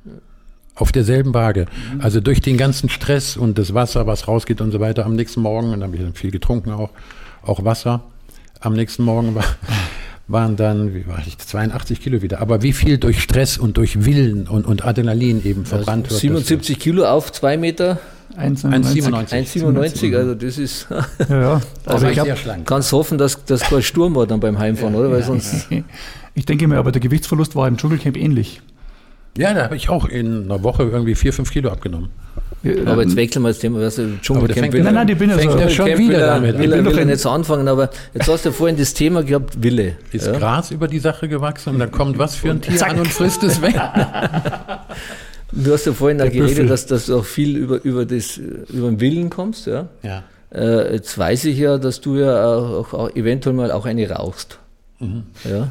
S3: Auf derselben Waage. Also durch den ganzen Stress und das Wasser, was rausgeht und so weiter am nächsten Morgen, und dann habe ich dann viel getrunken auch Wasser. Am nächsten Morgen waren dann, 82 Kilo wieder. Aber wie viel durch Stress und durch Willen und Adrenalin eben verbrannt wird.
S2: 77 Kilo auf 2 Meter?
S1: 1,97.
S2: Also das ist...
S1: Ja.
S2: Also ich kannst hoffen, dass das kein Sturm war dann beim Heimfahren, oder? Weil sonst...
S1: Ich denke mir, aber der Gewichtsverlust war im Dschungelcamp ähnlich.
S3: Ja, da habe ich auch in einer Woche irgendwie 4-5 Kilo abgenommen.
S2: Aber jetzt wechseln wir das Thema.
S3: Nein,
S1: ich bin ja
S3: fängt
S1: so.
S3: ja schon wieder damit.
S2: Will er nicht so anfangen, aber jetzt hast du ja vorhin das Thema gehabt, Wille.
S3: Ist Gras über die Sache gewachsen und dann kommt was für ein Tier an und frisst es weg.
S2: Du hast ja vorhin da geredet, dass du auch viel über den Willen kommst. Ja?
S3: Ja.
S2: Jetzt weiß ich ja, dass du ja auch eventuell mal auch eine rauchst. Mhm. Ja?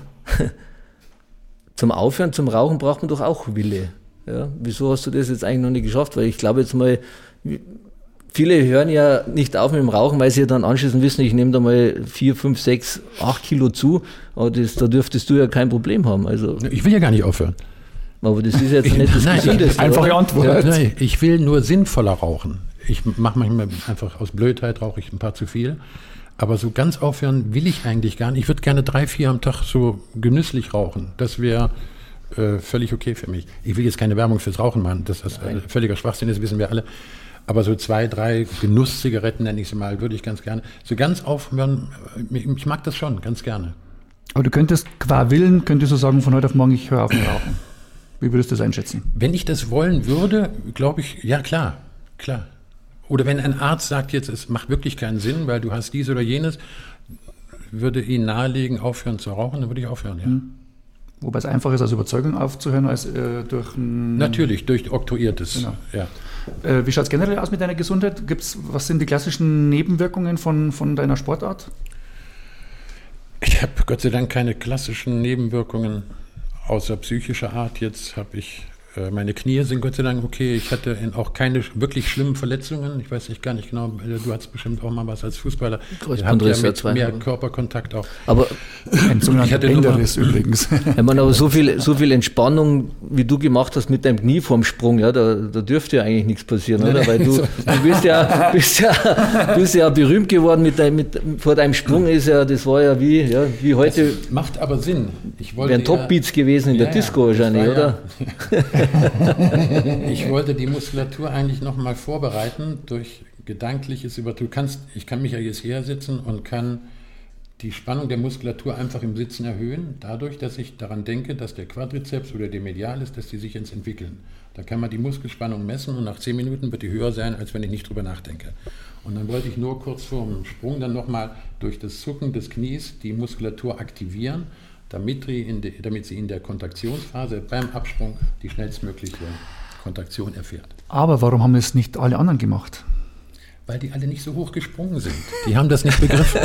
S2: Zum Aufhören, zum Rauchen braucht man doch auch Wille. Ja? Wieso hast du das jetzt eigentlich noch nicht geschafft? Weil ich glaube jetzt mal, viele hören ja nicht auf mit dem Rauchen, weil sie ja dann anschließend wissen, ich nehme da mal 4, 5, 6, 8 Kilo zu, aber da dürftest du ja kein Problem haben. Also,
S3: ich will ja gar nicht aufhören.
S2: Aber das ist jetzt nicht das Gesündeste.
S1: Einfache Antwort.
S3: Ja, nein, ich will nur sinnvoller rauchen. Ich mache manchmal einfach aus Blödheit, rauche ich ein paar zu viel. Aber so ganz aufhören will ich eigentlich gar nicht. Ich würde gerne 3, 4 am Tag so genüsslich rauchen. Das wäre völlig okay für mich. Ich will jetzt keine Werbung fürs Rauchen machen, dass das völliger Schwachsinn ist, wissen wir alle. Aber so 2, 3 Genusszigaretten, nenne ich sie mal, würde ich ganz gerne. So ganz aufhören, ich mag das schon, ganz gerne.
S1: Aber du könntest qua Willen, könntest du sagen, von heute auf morgen, ich höre auf mit Rauchen. Wie würdest du das einschätzen?
S3: Wenn ich das wollen würde, glaube ich, ja klar. Oder wenn ein Arzt sagt jetzt, es macht wirklich keinen Sinn, weil du hast dies oder jenes, würde ihn nahelegen, aufhören zu rauchen, dann würde ich aufhören, ja.
S1: Wobei es einfacher ist, aus Überzeugung aufzuhören, als durch ein...
S3: Natürlich, durch Oktroyiertes.
S1: Genau.
S3: Ja.
S1: Wie schaut es generell aus mit deiner Gesundheit? Was sind die klassischen Nebenwirkungen von deiner Sportart?
S3: Ich habe Gott sei Dank keine klassischen Nebenwirkungen außer psychischer Art. Jetzt habe ich, meine Knie sind Gott sei Dank okay. Ich hatte auch keine wirklich schlimmen Verletzungen. Ich weiß gar nicht genau, du hattest bestimmt auch mal was als Fußballer. Ich hatte ja mit mehr Körperkontakt auch.
S2: Aber
S1: ein sogenannter Bänderriss übrigens.
S2: Ich meine, aber so viel Entspannung, wie du gemacht hast mit deinem Knie vorm Sprung, ja, da dürfte ja eigentlich nichts passieren, oder? Weil du bist ja berühmt geworden vor deinem Sprung, das war ja wie heute.
S3: Das macht aber Sinn.
S2: Wären Top-Beats gewesen in der Disco wahrscheinlich, oder?
S3: Ich wollte die Muskulatur eigentlich nochmal vorbereiten durch gedankliches ich kann mich ja jetzt hier sitzen und kann die Spannung der Muskulatur einfach im Sitzen erhöhen, dadurch, dass ich daran denke, dass der Quadrizeps oder der Medialis, dass die sich jetzt entwickeln. Da kann man die Muskelspannung messen und nach 10 Minuten wird die höher sein, als wenn ich nicht drüber nachdenke. Und dann wollte ich nur kurz vor dem Sprung dann nochmal durch das Zucken des Knies die Muskulatur aktivieren, damit sie in der Kontraktionsphase beim Absprung die schnellstmögliche Kontraktion erfährt.
S1: Aber warum haben es nicht alle anderen gemacht?
S3: Weil die alle nicht so hoch gesprungen sind. Die haben das nicht begriffen.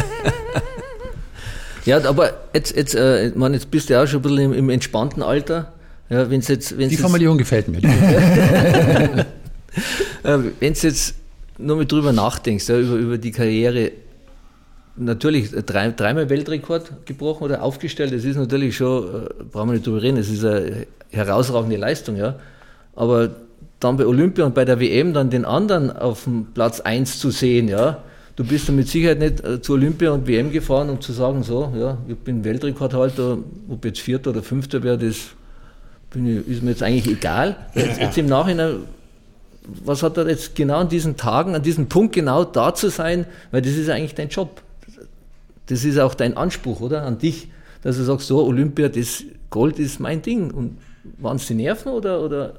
S2: Ja, aber jetzt bist du ja auch schon ein bisschen im entspannten Alter. Ja,
S3: die Formulierung gefällt mir.
S2: Wenn du jetzt nur mal drüber nachdenkst, ja, über die Karriere, natürlich dreimal Weltrekord gebrochen oder aufgestellt, das ist natürlich schon, brauchen wir nicht drüber reden, das ist eine herausragende Leistung, ja. Aber dann bei Olympia und bei der WM dann den anderen auf dem Platz 1 zu sehen, ja. Du bist dann mit Sicherheit nicht zu Olympia und WM gefahren, um zu sagen, so, ja, ich bin Weltrekordhalter, ob jetzt 4. oder 5. wäre, ist mir jetzt eigentlich egal. Jetzt im Nachhinein, was hat er jetzt genau an diesen Tagen, an diesem Punkt genau da zu sein, weil das ist eigentlich dein Job. Das ist auch dein Anspruch, oder? An dich, dass du sagst, so, Olympia, das Gold ist mein Ding. Und waren es die Nerven oder?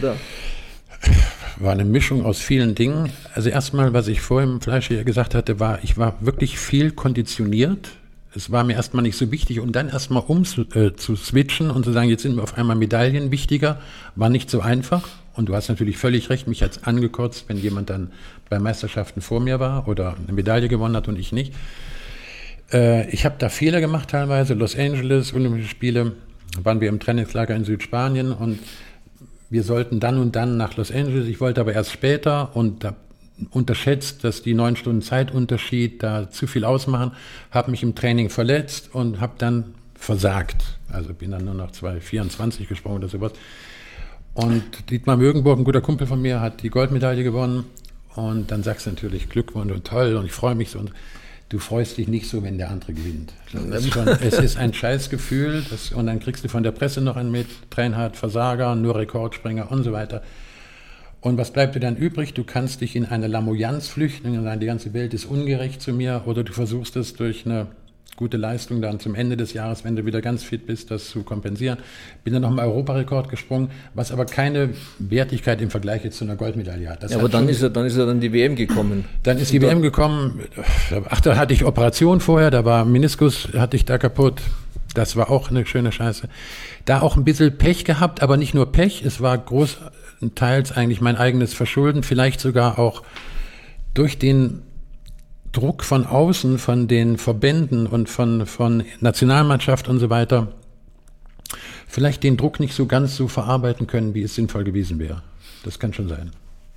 S3: War eine Mischung aus vielen Dingen. Also erstmal, was ich vorhin im Fleisch hier gesagt hatte, ich war wirklich viel konditioniert. Es war mir erstmal nicht so wichtig und dann erstmal zu switchen und zu sagen, jetzt sind mir auf einmal Medaillen wichtiger, war nicht so einfach. Und du hast natürlich völlig recht, mich hat es angekotzt, wenn jemand dann bei Meisterschaften vor mir war oder eine Medaille gewonnen hat und ich nicht. Ich habe da Fehler gemacht teilweise. Los Angeles, Olympische Spiele, waren wir im Trainingslager in Südspanien und wir sollten dann und dann nach Los Angeles. Ich wollte aber erst später und da unterschätzt, dass die 9 Stunden Zeitunterschied da zu viel ausmachen, habe mich im Training verletzt und habe dann versagt. Also bin dann nur noch 2,24 gesprungen oder sowas. Und Dietmar Mögenburg, ein guter Kumpel von mir, hat die Goldmedaille gewonnen und dann sagst du natürlich Glückwunsch und toll und ich freue mich so. Und du freust dich nicht so, wenn der andere gewinnt. Es ist ein Scheißgefühl und dann kriegst du von der Presse noch einen mit, Trainhardt, Versager, nur Rekordspringer und so weiter. Und was bleibt dir dann übrig? Du kannst dich in eine Lamoyanz flüchten und sagen, die ganze Welt ist ungerecht zu mir oder du versuchst es durch eine gute Leistung dann zum Ende des Jahres, wenn du wieder ganz fit bist, das zu kompensieren. Bin dann noch mal Europarekord gesprungen, was aber keine Wertigkeit im Vergleich jetzt zu einer Goldmedaille hat.
S2: Ja, aber dann ist ja die WM gekommen.
S3: Dann ist die WM gekommen. Ach, da hatte ich Operation vorher, da war Meniskus, hatte ich da kaputt. Das war auch eine schöne Scheiße. Da auch ein bisschen Pech gehabt, aber nicht nur Pech, es war großteils eigentlich mein eigenes Verschulden, vielleicht sogar auch durch den Druck von außen, von den Verbänden und von Nationalmannschaft und so weiter, vielleicht den Druck nicht so ganz so verarbeiten können, wie es sinnvoll gewesen wäre. Das kann schon sein.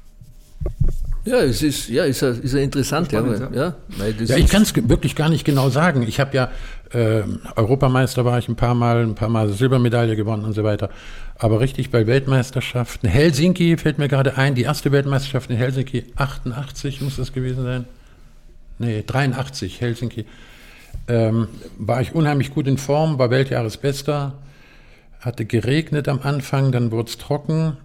S2: Ja, es ist interessant.
S3: Ich kann es wirklich gar nicht genau sagen. Ich habe ja Europameister war ich ein paar Mal Silbermedaille gewonnen und so weiter. Aber richtig bei Weltmeisterschaften, Helsinki fällt mir gerade ein, die erste Weltmeisterschaft in Helsinki, 88 muss das gewesen sein. Nee, 83, Helsinki. War ich unheimlich gut in Form, war Weltjahresbester, hatte geregnet am Anfang, dann wurde es trocken.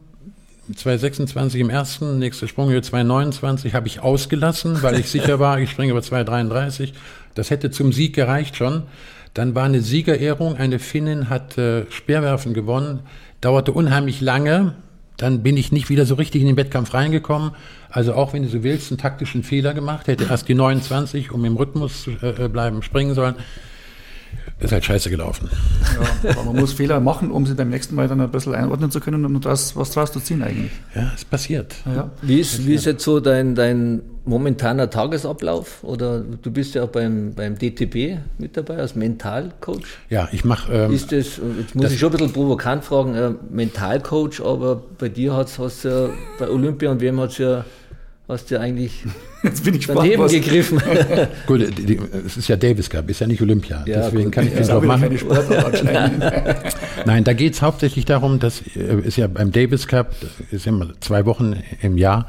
S3: 2,26 im ersten, nächste Sprunghöhe 2,29 habe ich ausgelassen, weil ich sicher war, ich springe über 2,33. Das hätte zum Sieg gereicht schon. Dann war eine Siegerehrung, eine Finnin hat Speerwerfen gewonnen, dauerte unheimlich lange. Dann bin ich nicht wieder so richtig in den Wettkampf reingekommen. Also auch wenn du so willst, einen taktischen Fehler gemacht, hätte erst die 29, um im Rhythmus zu bleiben, springen sollen. Ist halt scheiße gelaufen.
S1: Ja, aber man muss Fehler machen, um sie beim nächsten Mal dann ein bisschen einordnen zu können und das, was draus zu ziehen eigentlich.
S3: Ja, es passiert.
S1: Ja.
S2: Wie ist jetzt so dein momentaner Tagesablauf? Oder du bist ja auch beim DTB mit dabei als Mentalcoach.
S3: Ja, ich mache...
S2: ist das, jetzt muss ich schon ein bisschen provokant fragen, Mentalcoach, aber bei dir hast ja bei Olympia und WM hast du ja eigentlich
S1: jetzt bin ich
S2: daneben gegriffen.
S3: Gut, es ist ja Davis Cup, ist ja nicht Olympia.
S2: Ja,
S3: deswegen
S2: gut,
S3: kann ich das auch machen.
S1: Keine Sportart
S3: Nein, da geht es hauptsächlich darum, dass ist ja beim Davis Cup, ist immer 2 Wochen im Jahr,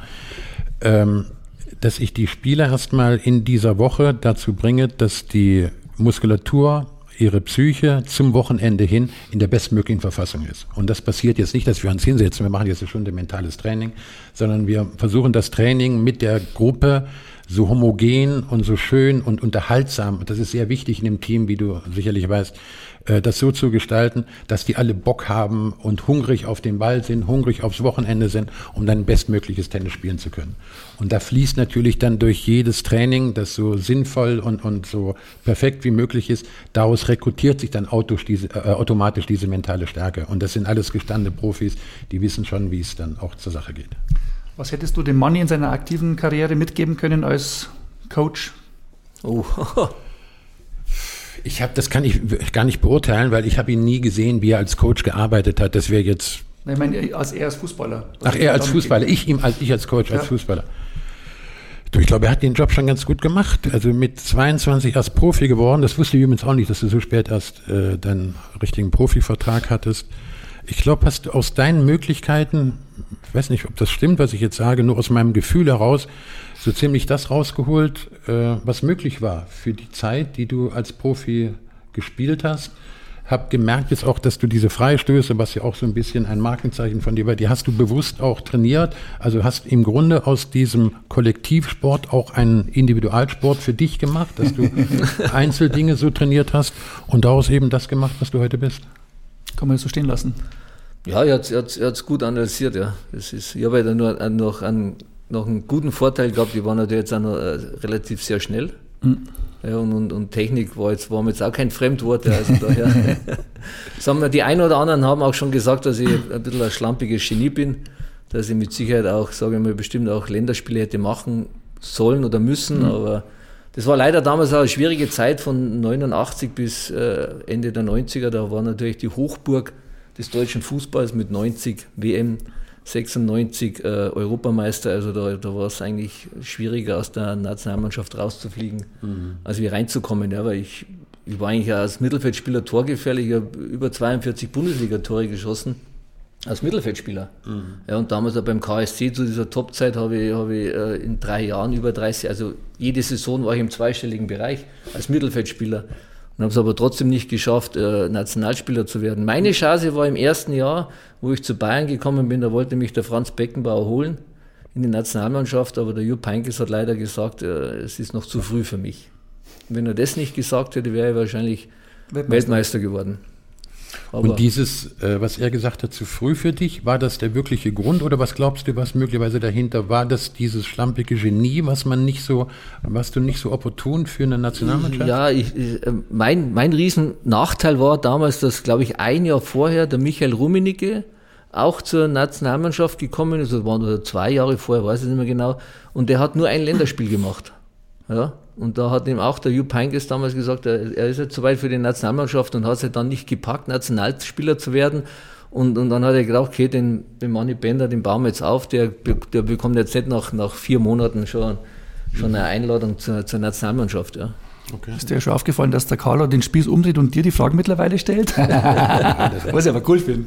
S3: dass ich die Spieler erstmal in dieser Woche dazu bringe, dass die Muskulatur, ihre Psyche zum Wochenende hin in der bestmöglichen Verfassung ist. Und das passiert jetzt nicht, dass wir uns hinsetzen, wir machen jetzt eine Stunde mentales Training, sondern wir versuchen das Training mit der Gruppe so homogen und so schön und unterhaltsam, das ist sehr wichtig in dem Team, wie du sicherlich weißt, das so zu gestalten, dass die alle Bock haben und hungrig auf den Ball sind, hungrig aufs Wochenende sind, um dann bestmögliches Tennis spielen zu können. Und da fließt natürlich dann durch jedes Training, das so sinnvoll und so perfekt wie möglich ist, daraus rekrutiert sich dann automatisch diese mentale Stärke. Und das sind alles gestandene Profis, die wissen schon, wie es dann auch zur Sache geht.
S1: Was hättest du dem Manni in seiner aktiven Karriere mitgeben können als Coach?
S2: Oh.
S3: Das kann ich gar nicht beurteilen, weil ich habe ihn nie gesehen, wie er als Coach gearbeitet hat. Das wäre jetzt...
S1: Ich meine, er als Fußballer.
S3: Ach, er als Fußballer, ich als Coach, als Fußballer. Du, ich glaube, er hat den Job schon ganz gut gemacht. Also mit 22 erst Profi geworden. Das wusste ich übrigens auch nicht, dass du so spät erst deinen richtigen Profivertrag hattest. Ich glaube, hast du aus deinen Möglichkeiten, ich weiß nicht, ob das stimmt, was ich jetzt sage, nur aus meinem Gefühl heraus, so ziemlich das rausgeholt, was möglich war für die Zeit, die du als Profi gespielt hast. Hab gemerkt jetzt auch, dass du diese Freistöße, was ja auch so ein bisschen ein Markenzeichen von dir war, die hast du bewusst auch trainiert. Also hast im Grunde aus diesem Kollektivsport auch einen Individualsport für dich gemacht, dass du Einzeldinge so trainiert hast und daraus eben das gemacht, was du heute bist.
S1: Kann man das so stehen lassen?
S2: Ja, er hat's gut analysiert, ja. Ich habe ja noch einen guten Vorteil gehabt, die waren natürlich jetzt auch noch relativ sehr schnell. Mhm. Ja, und Technik war mir jetzt auch kein Fremdwort. Also daher sagen wir, die einen oder anderen haben auch schon gesagt, dass ich ein bisschen ein schlampiges Genie bin, dass ich mit Sicherheit auch, sage ich mal, bestimmt auch Länderspiele hätte machen sollen oder müssen, aber das war leider damals auch eine schwierige Zeit von 89 bis Ende der 90er, da war natürlich die Hochburg des deutschen Fußballs mit 90 WM, 96 Europameister, also da war es eigentlich schwieriger, aus der Nationalmannschaft rauszufliegen, als wie reinzukommen, ja, weil ich war eigentlich als Mittelfeldspieler torgefährlich, ich habe über 42 Bundesliga-Tore geschossen, als Mittelfeldspieler. Ja, und damals auch beim KSC zu dieser Topzeit habe ich in 3 Jahren über 30, also jede Saison war ich im zweistelligen Bereich als Mittelfeldspieler. Und habe es aber trotzdem nicht geschafft, Nationalspieler zu werden. Meine Chance war im ersten Jahr, wo ich zu Bayern gekommen bin, da wollte mich der Franz Beckenbauer holen in die Nationalmannschaft, aber der Jupp Heynckes hat leider gesagt, es ist noch zu früh für mich. Wenn er das nicht gesagt hätte, wäre er wahrscheinlich Weltmeister geworden. Aber
S3: und dieses, was er gesagt hat, zu früh für dich, war das der wirkliche Grund oder was glaubst du, was möglicherweise dahinter war, das dieses schlampige Genie, was du nicht so opportun für eine Nationalmannschaft?
S2: Ja, mein Riesennachteil war damals, dass, glaube ich, ein Jahr vorher der Michael Rummenigge auch zur Nationalmannschaft gekommen ist, das waren 2 Jahre vorher, weiß ich nicht mehr genau, und der hat nur ein Länderspiel gemacht. Ja, und da hat ihm auch der Jupp Heynckes damals gesagt, er ist jetzt soweit für die Nationalmannschaft und hat es halt dann nicht gepackt, Nationalspieler zu werden. Und dann hat er gedacht, okay, den Manni Bender, den bauen wir jetzt auf, der bekommt jetzt nicht nach 4 Monaten schon eine Einladung zur Nationalmannschaft. Ja.
S1: Okay. Ist dir ja schon aufgefallen, dass der Carlo den Spieß umdreht und dir die Fragen mittlerweile stellt? Was ich aber cool finde.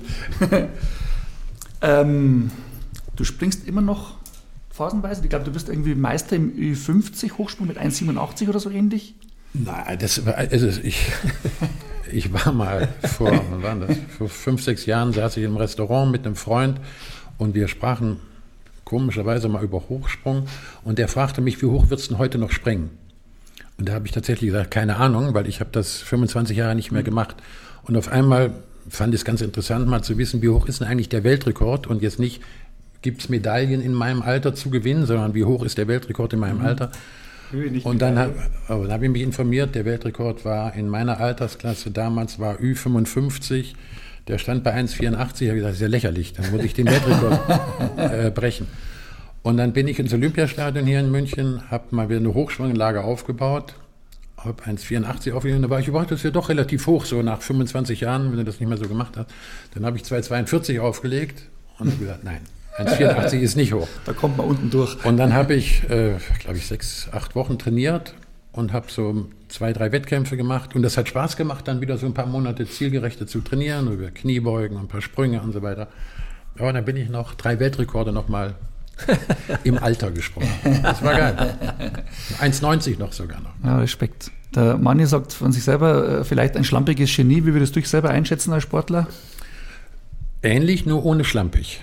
S1: Du springst immer noch phasenweise? Ich glaube, du bist irgendwie Meister im Ü50 Hochsprung mit 1,87 oder so ähnlich?
S3: Nein, ich war mal vor 5, 6 Jahren saß ich im Restaurant mit einem Freund und wir sprachen komischerweise mal über Hochsprung und der fragte mich, wie hoch würdest du denn heute noch springen? Und da habe ich tatsächlich gesagt, keine Ahnung, weil ich habe das 25 Jahre nicht mehr gemacht. Und auf einmal fand ich es ganz interessant, mal zu wissen, wie hoch ist denn eigentlich der Weltrekord und jetzt nicht, gibt es Medaillen in meinem Alter zu gewinnen, sondern wie hoch ist der Weltrekord in meinem Alter? Und dann habe ich mich informiert, der Weltrekord war in meiner Altersklasse, damals war Ü55, der stand bei 1,84, ich habe gesagt, das ist ja lächerlich, dann muss ich den Weltrekord brechen. Und dann bin ich ins Olympiastadion hier in München, habe mal wieder eine Hochsprunganlage aufgebaut, habe 1,84 aufgelegt, da war ich überrascht, das ist ja doch relativ hoch, so nach 25 Jahren, wenn du das nicht mehr so gemacht hast. Dann habe ich 2,42 aufgelegt und habe gesagt, nein. 1,84 ist nicht hoch.
S1: Da kommt man unten durch.
S3: Und dann habe ich, glaube ich, 6, 8 Wochen trainiert und habe so 2, 3 Wettkämpfe gemacht. Und das hat Spaß gemacht, dann wieder so ein paar Monate zielgerechter zu trainieren, über Kniebeugen und ein paar Sprünge und so weiter. Aber dann bin ich noch 3 Weltrekorde nochmal im Alter gesprungen. Das war geil. 1,90 noch sogar noch.
S1: Ja, Respekt. Der Manni sagt von sich selber, vielleicht ein schlampiges Genie. Wie würdest du dich selber einschätzen als Sportler?
S3: Ähnlich, nur ohne schlampig.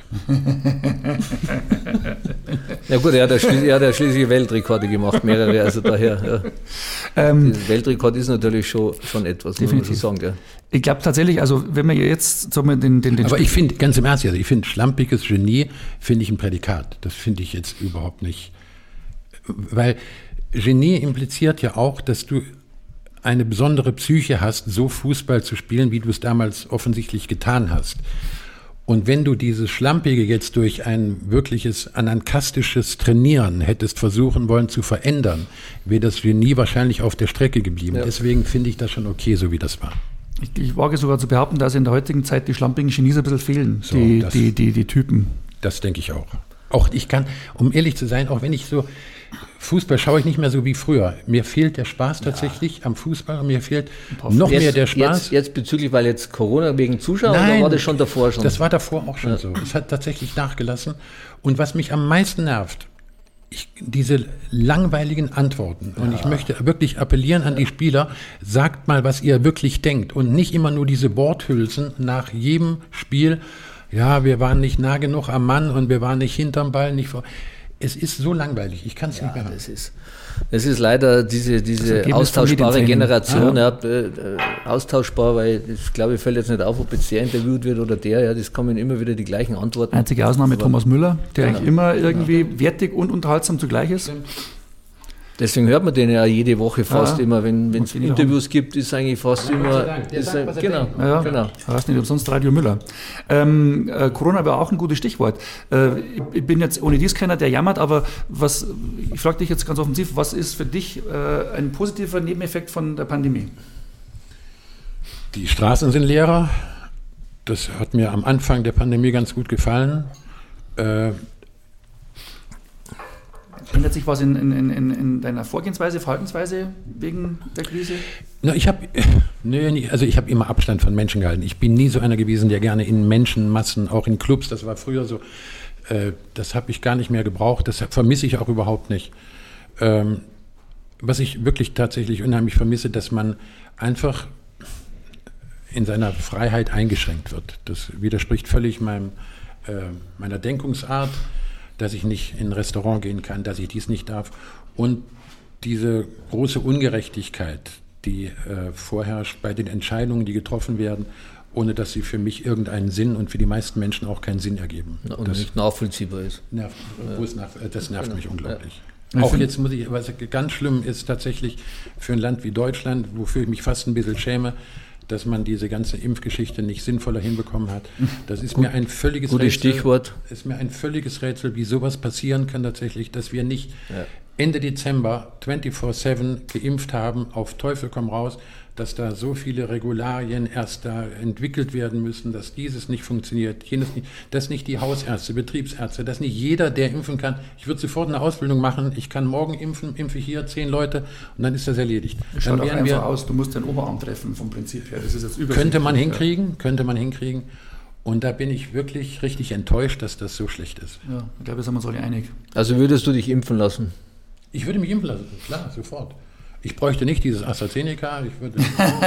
S2: Ja gut, er hat ja schließlich Weltrekorde gemacht, mehrere, also daher. Ja. Weltrekord ist natürlich schon etwas, muss man schon sagen. Ja.
S1: Ich glaube tatsächlich, also wenn wir jetzt so den
S3: aber ich finde, ganz im Ernst, also ich finde schlampiges Genie, finde ich ein Prädikat. Das finde ich jetzt überhaupt nicht. Weil Genie impliziert ja auch, dass du eine besondere Psyche hast, so Fußball zu spielen, wie du es damals offensichtlich getan hast. Und wenn du dieses Schlampige jetzt durch ein wirkliches anankastisches Trainieren hättest versuchen wollen zu verändern, wäre das Genie wahrscheinlich auf der Strecke geblieben. Ja. Deswegen finde ich das schon okay, so wie das war.
S1: Ich wage sogar zu behaupten, dass in der heutigen Zeit die schlampigen Genies ein bisschen fehlen, so, die Typen.
S3: Das denke ich auch. Auch ich kann, um ehrlich zu sein, auch wenn ich so Fußball schaue ich nicht mehr so wie früher. Mir fehlt der Spaß tatsächlich am Fußball und mir fehlt noch mehr der Spaß.
S2: Jetzt bezüglich, weil jetzt Corona wegen Zuschauern, oder war das schon davor schon?
S3: Das war davor auch schon so. Es hat tatsächlich nachgelassen. Und was mich am meisten nervt, diese langweiligen Antworten. Und ich möchte wirklich appellieren an die Spieler, sagt mal, was ihr wirklich denkt und nicht immer nur diese Worthülsen nach jedem Spiel. Ja, wir waren nicht nah genug am Mann und wir waren nicht hinterm Ball, nicht vor. Es ist so langweilig, ich kann es nicht mehr haben.
S2: Das ist leider diese austauschbare Generation, austauschbar, weil ich glaube, fällt jetzt nicht auf, ob jetzt der interviewt wird oder der, das kommen immer wieder die gleichen Antworten.
S1: Einzige Ausnahme Thomas Müller, der eigentlich immer irgendwie wertig und unterhaltsam zugleich ist.
S2: Deswegen hört man den ja jede Woche fast immer, wenn es Interviews gibt, ist eigentlich fast immer. Genau.
S1: Heißt nicht umsonst Radio Müller. Corona war auch ein gutes Stichwort. Ich bin jetzt ohne dies keiner, der jammert, aber ich frage dich jetzt ganz offensiv, was ist für dich ein positiver Nebeneffekt von der Pandemie?
S3: Die Straßen sind leerer. Das hat mir am Anfang der Pandemie ganz gut gefallen.
S1: Ändert sich was in deiner Vorgehensweise, Verhaltensweise wegen der Krise?
S3: Na, ich habe immer Abstand von Menschen gehalten. Ich bin nie so einer gewesen, der gerne in Menschenmassen, auch in Clubs, das war früher so, das habe ich gar nicht mehr gebraucht, das vermisse ich auch überhaupt nicht. Was ich wirklich tatsächlich unheimlich vermisse, dass man einfach in seiner Freiheit eingeschränkt wird. Das widerspricht völlig meiner Denkungsart, dass ich nicht in ein Restaurant gehen kann, dass ich dies nicht darf. Und diese große Ungerechtigkeit, die vorherrscht bei den Entscheidungen, die getroffen werden, ohne dass sie für mich irgendeinen Sinn und für die meisten Menschen auch keinen Sinn ergeben.
S2: Und das nicht nachvollziehbar ist.
S3: Das nervt mich unglaublich. Auch jetzt muss ich, was ganz schlimm ist tatsächlich für ein Land wie Deutschland, wofür ich mich fast ein bisschen schäme, dass man diese ganze Impfgeschichte nicht sinnvoller hinbekommen hat. Das ist mir ein völliges
S2: Gutes
S3: Rätsel.
S2: Stichwort.
S3: Ist mir ein völliges Rätsel, wie sowas passieren kann tatsächlich, dass wir nicht Ende Dezember 24/7 geimpft haben, auf Teufel komm raus, dass da so viele Regularien erst da entwickelt werden müssen, dass dieses nicht funktioniert, jenes nicht, dass nicht die Hausärzte, Betriebsärzte, dass nicht jeder, der impfen kann, ich würde sofort eine Ausbildung machen, ich kann morgen impfen, impfe hier 10 Leute und dann ist das erledigt.
S1: Das schaut auch einfach aus, du musst den Oberarm treffen vom Prinzip her. Das ist jetzt
S3: könnte man hinkriegen. Und da bin ich wirklich richtig enttäuscht, dass das so schlecht ist.
S1: Ja, ich glaube, da sind wir uns alle einig.
S2: Also würdest du dich impfen lassen?
S3: Ich würde mich impfen lassen, klar, sofort. Ich bräuchte nicht dieses AstraZeneca, ich würde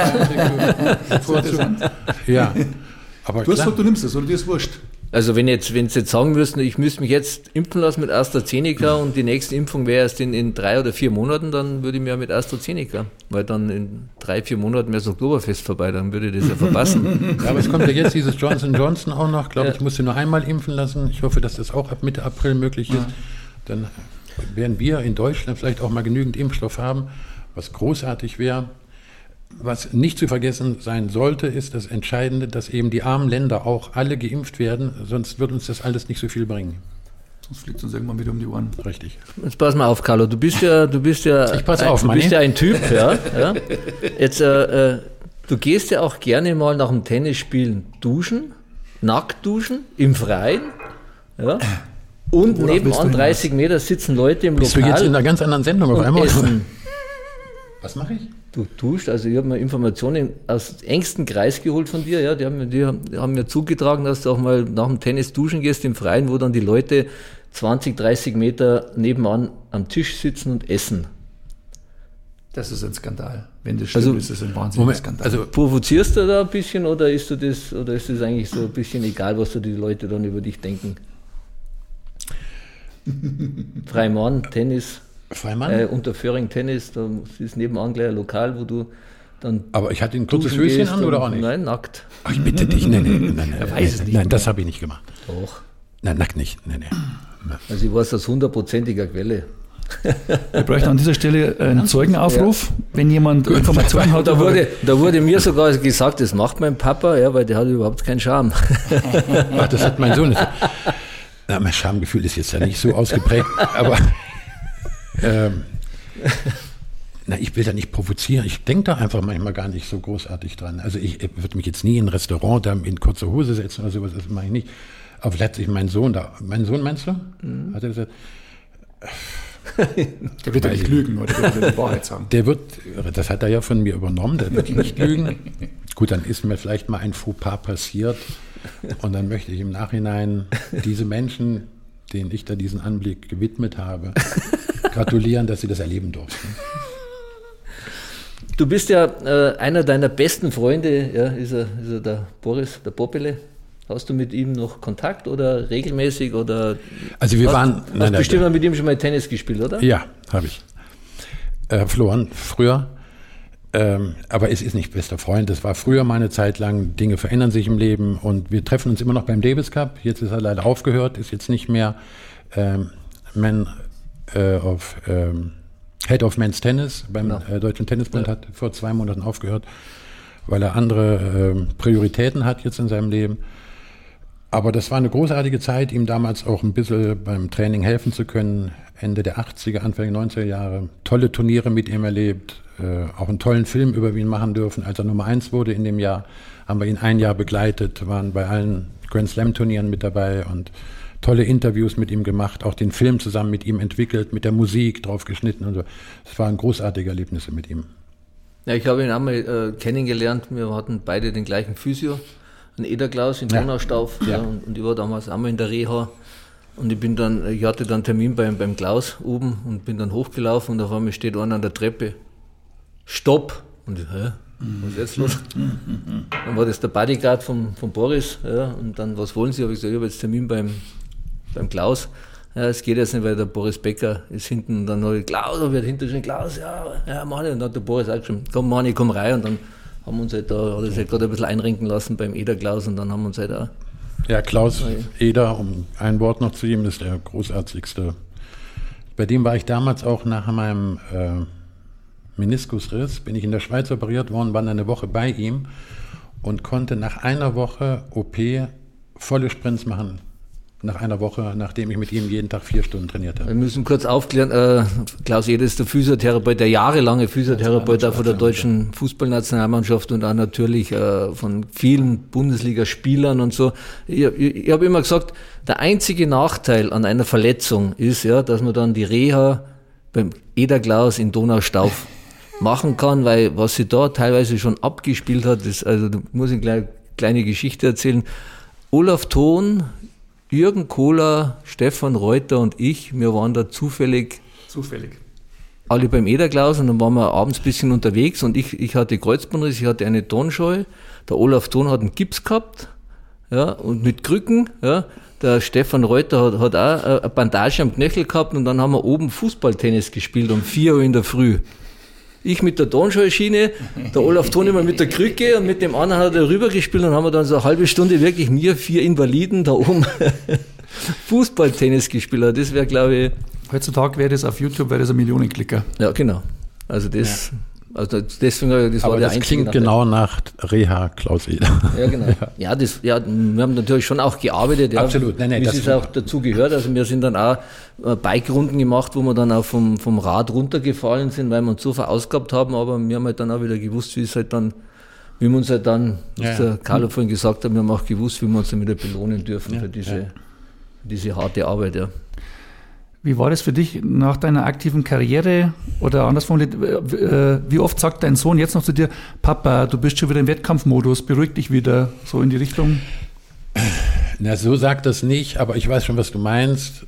S3: bevorzugen. Ja, aber
S1: du hast gesagt, du nimmst es, oder dir ist wurscht?
S2: Also wenn Sie jetzt sagen müssten, ich müsste mich jetzt impfen lassen mit AstraZeneca und die nächste Impfung wäre erst in 3 oder 4 Monaten, dann würde ich mir mit AstraZeneca, weil dann in 3-4 Monaten wäre das Oktoberfest vorbei, dann würde ich das ja verpassen.
S3: Ja, aber es kommt ja jetzt dieses Johnson & Johnson auch noch, glaube ich, musste nur einmal impfen lassen. Ich hoffe, dass das auch ab Mitte April möglich ist. Dann werden wir in Deutschland vielleicht auch mal genügend Impfstoff haben, was großartig wäre. Was nicht zu vergessen sein sollte, ist das Entscheidende, dass eben die armen Länder auch alle geimpft werden, sonst wird uns das alles nicht so viel bringen.
S1: Sonst fliegt uns irgendwann wieder um die Ohren.
S3: Richtig.
S2: Jetzt pass mal auf, Carlo, du bist ja ein Typ, ja. Jetzt, du gehst ja auch gerne mal nach dem Tennisspielen duschen, nackt duschen, im Freien, ja. Und
S1: Worauf
S2: nebenan 30 Meter sitzen Leute im Lokal.
S3: Bist du jetzt in einer ganz anderen Sendung auf einmal?
S2: Essen.
S3: Was mache ich?
S2: Du tust, also ich habe mir Informationen aus dem engsten Kreis geholt von dir, ja, die haben mir zugetragen, dass du auch mal nach dem Tennis duschen gehst im Freien, wo dann die Leute 20, 30 Meter nebenan am Tisch sitzen und essen.
S1: Das ist ein Skandal. Wenn das stimmt, ist das ein wahnsinniger Skandal.
S2: Also provozierst du da ein bisschen oder ist das eigentlich so ein bisschen egal, was da die Leute dann über dich denken? Freimann, Tennis.
S3: Freimann?
S2: Unterföhring Tennis, da ist nebenan gleich ein Lokal, wo du dann.
S3: Aber ich hatte ein kurzes Höschen an oder auch nicht?
S2: Nein, nackt.
S3: Ach, ich bitte dich, nein.
S1: Er weiß es nicht.
S3: Nein, das habe ich nicht gemacht.
S2: Doch.
S3: Nein, nackt nicht. Nein.
S2: Also ich weiß aus 100%iger Quelle.
S1: Wir bräuchten an dieser Stelle einen Zeugenaufruf, wenn jemand Informationen hat.
S2: Da wurde mir sogar gesagt, das macht mein Papa, ja, weil der hat überhaupt keinen Charme.
S3: Ach, das hat mein Sohn nicht. Na, mein Schamgefühl ist jetzt ja nicht so ausgeprägt, aber ich will da nicht provozieren. Ich denke da einfach manchmal gar nicht so großartig dran. Also ich würde mich jetzt nie in ein Restaurant da in kurze Hose setzen oder sowas, das mache ich nicht. Aber letztlich mein Sohn meinst du? Hat er gesagt,
S1: der wird ja nicht lügen, oder der wird die Wahrheit sagen.
S3: Das hat er ja von mir übernommen, der wird nicht lügen. Gut, dann ist mir vielleicht mal ein Fauxpas passiert und dann möchte ich im Nachhinein diese Menschen, denen ich da diesen Anblick gewidmet habe, gratulieren, dass sie das erleben durften.
S2: Du bist ja einer deiner besten Freunde, ja, ist er der Boris, der Popele. Hast du mit ihm noch Kontakt oder regelmäßig? Oder
S3: also wir waren...
S2: Hast bestimmt mit ihm schon mal Tennis gespielt, oder?
S3: Ja, habe ich. Verloren, früher. Aber es ist nicht bester Freund. Das war früher mal eine Zeit lang. Dinge verändern sich im Leben und wir treffen uns immer noch beim Davis Cup. Jetzt ist er leider aufgehört, ist jetzt nicht mehr Head of Men's Tennis beim Deutschen Tennisbund, hat vor 2 Monaten aufgehört, weil er andere Prioritäten hat jetzt in seinem Leben. Aber das war eine großartige Zeit, ihm damals auch ein bisschen beim Training helfen zu können. Ende der 80er, Anfang der 90er Jahre. Tolle Turniere mit ihm erlebt. Auch einen tollen Film über ihn machen dürfen. Als er Nummer 1 wurde in dem Jahr, haben wir ihn ein Jahr begleitet, waren bei allen Grand Slam Turnieren mit dabei und tolle Interviews mit ihm gemacht, auch den Film zusammen mit ihm entwickelt, mit der Musik drauf geschnitten und so. Es waren großartige Erlebnisse mit ihm.
S2: Ja, ich habe ihn einmal kennengelernt. Wir hatten beide den gleichen Physio, einen Ederklaus in Donaustauf. Ja. Und ich war damals einmal in der Reha. Und ich hatte dann einen Termin beim Klaus oben und bin dann hochgelaufen und auf einmal steht einer an der Treppe. Stopp! Und ich, was ist jetzt los? Dann war das der Bodyguard von Boris. Ja, und dann, was wollen Sie? Habe ich gesagt, ich habe jetzt Termin beim Klaus. Ja, es geht jetzt nicht, weil der Boris Becker ist hinten und dann habe ich, Klaus, da wird hinter schon Klaus, ja, Mani, und dann hat der Boris auch geschrieben, komm Mani, komm rein, und dann haben wir uns halt da, hat er sich halt gerade ein bisschen einrenken lassen beim Eder Klaus, und dann haben wir uns halt auch.
S3: Ja, Klaus Eder, um ein Wort noch zu ihm, ist der großartigste. Bei dem war ich damals auch nach meinem Meniskusriss, bin ich in der Schweiz operiert worden, war eine Woche bei ihm und konnte nach einer Woche OP volle Sprints machen. Nach einer Woche, nachdem ich mit ihm jeden Tag 4 Stunden trainiert habe.
S2: Wir müssen kurz aufklären, Klaus Eder ist der Physiotherapeut, der jahrelange Physiotherapeut auch von der deutschen Fußballnationalmannschaft und auch natürlich von vielen Bundesligaspielern und so. Ich habe immer gesagt, der einzige Nachteil an einer Verletzung ist, ja, dass man dann die Reha beim Eder Klaus in Donaustauf machen kann, weil was sie da teilweise schon abgespielt hat, ist, also da muss ich eine kleine Geschichte erzählen. Olaf Thon, Jürgen Kohler, Stefan Reuter und ich, wir waren da zufällig alle beim Eder Klaus, und dann waren wir abends ein bisschen unterwegs, und ich hatte Kreuzbandriss, ich hatte eine Turnscheu, der Olaf Thon hat einen Gips gehabt, ja, und mit Krücken, ja, der Stefan Reuter hat auch eine Bandage am Knöchel gehabt, und dann haben wir oben Fußballtennis gespielt um 4 Uhr in der Früh. Ich mit der Turnscheu-Schiene, der Olaf Thon immer mit der Krücke, und mit dem anderen hat er rüber gespielt, und haben wir dann so eine halbe Stunde wirklich mir 4 Invaliden da oben Fußballtennis gespielt. Das wäre, glaube ich...
S1: Heutzutage wäre das auf YouTube, wäre das ein Millionenklicker.
S2: Ja, genau. Also das... Ja. Also deswegen, das
S3: aber
S2: war der
S3: das
S2: einzige
S3: klingt genau nach Reha Klaus Eder.
S2: Ja, genau. Ja, wir haben natürlich schon auch gearbeitet. Ja,
S3: absolut. Nein,
S2: wie es auch dazu gehört. Also wir sind dann auch Bike-Runden gemacht, wo wir dann auch vom Rad runtergefallen sind, weil wir uns so verausgabt haben. Aber wir haben halt dann auch wieder gewusst, wie wir uns halt dann, was der Carlo vorhin gesagt hat, wir haben auch gewusst, wie wir uns dann wieder belohnen dürfen für diese harte Arbeit. Ja.
S1: Wie war das für dich nach deiner aktiven Karriere, oder anders formuliert, wie oft sagt dein Sohn jetzt noch zu dir, Papa, du bist schon wieder im Wettkampfmodus, beruhig dich wieder, so in die Richtung?
S3: Na, so sagt das nicht, aber ich weiß schon, was du meinst.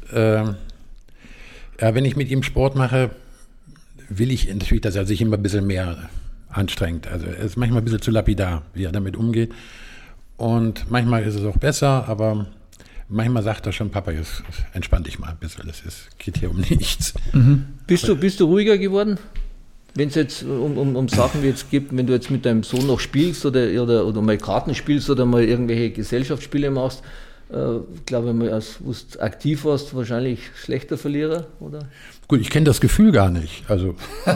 S3: Wenn ich mit ihm Sport mache, will ich natürlich, dass er sich immer ein bisschen mehr anstrengt. Also er ist manchmal ein bisschen zu lapidar, wie er damit umgeht. Und manchmal ist es auch besser, aber manchmal sagt er schon, Papa, jetzt entspann dich mal ein bisschen, es geht hier um nichts.
S2: Mhm. Bist du ruhiger geworden? Wenn es jetzt um Sachen wie jetzt gibt, wenn du jetzt mit deinem Sohn noch spielst oder mal Karten spielst oder mal irgendwelche Gesellschaftsspiele machst, ich glaube, wenn du aktiv warst, wahrscheinlich schlechter Verlierer, oder?
S3: Gut, ich kenne das Gefühl gar nicht. Also. Der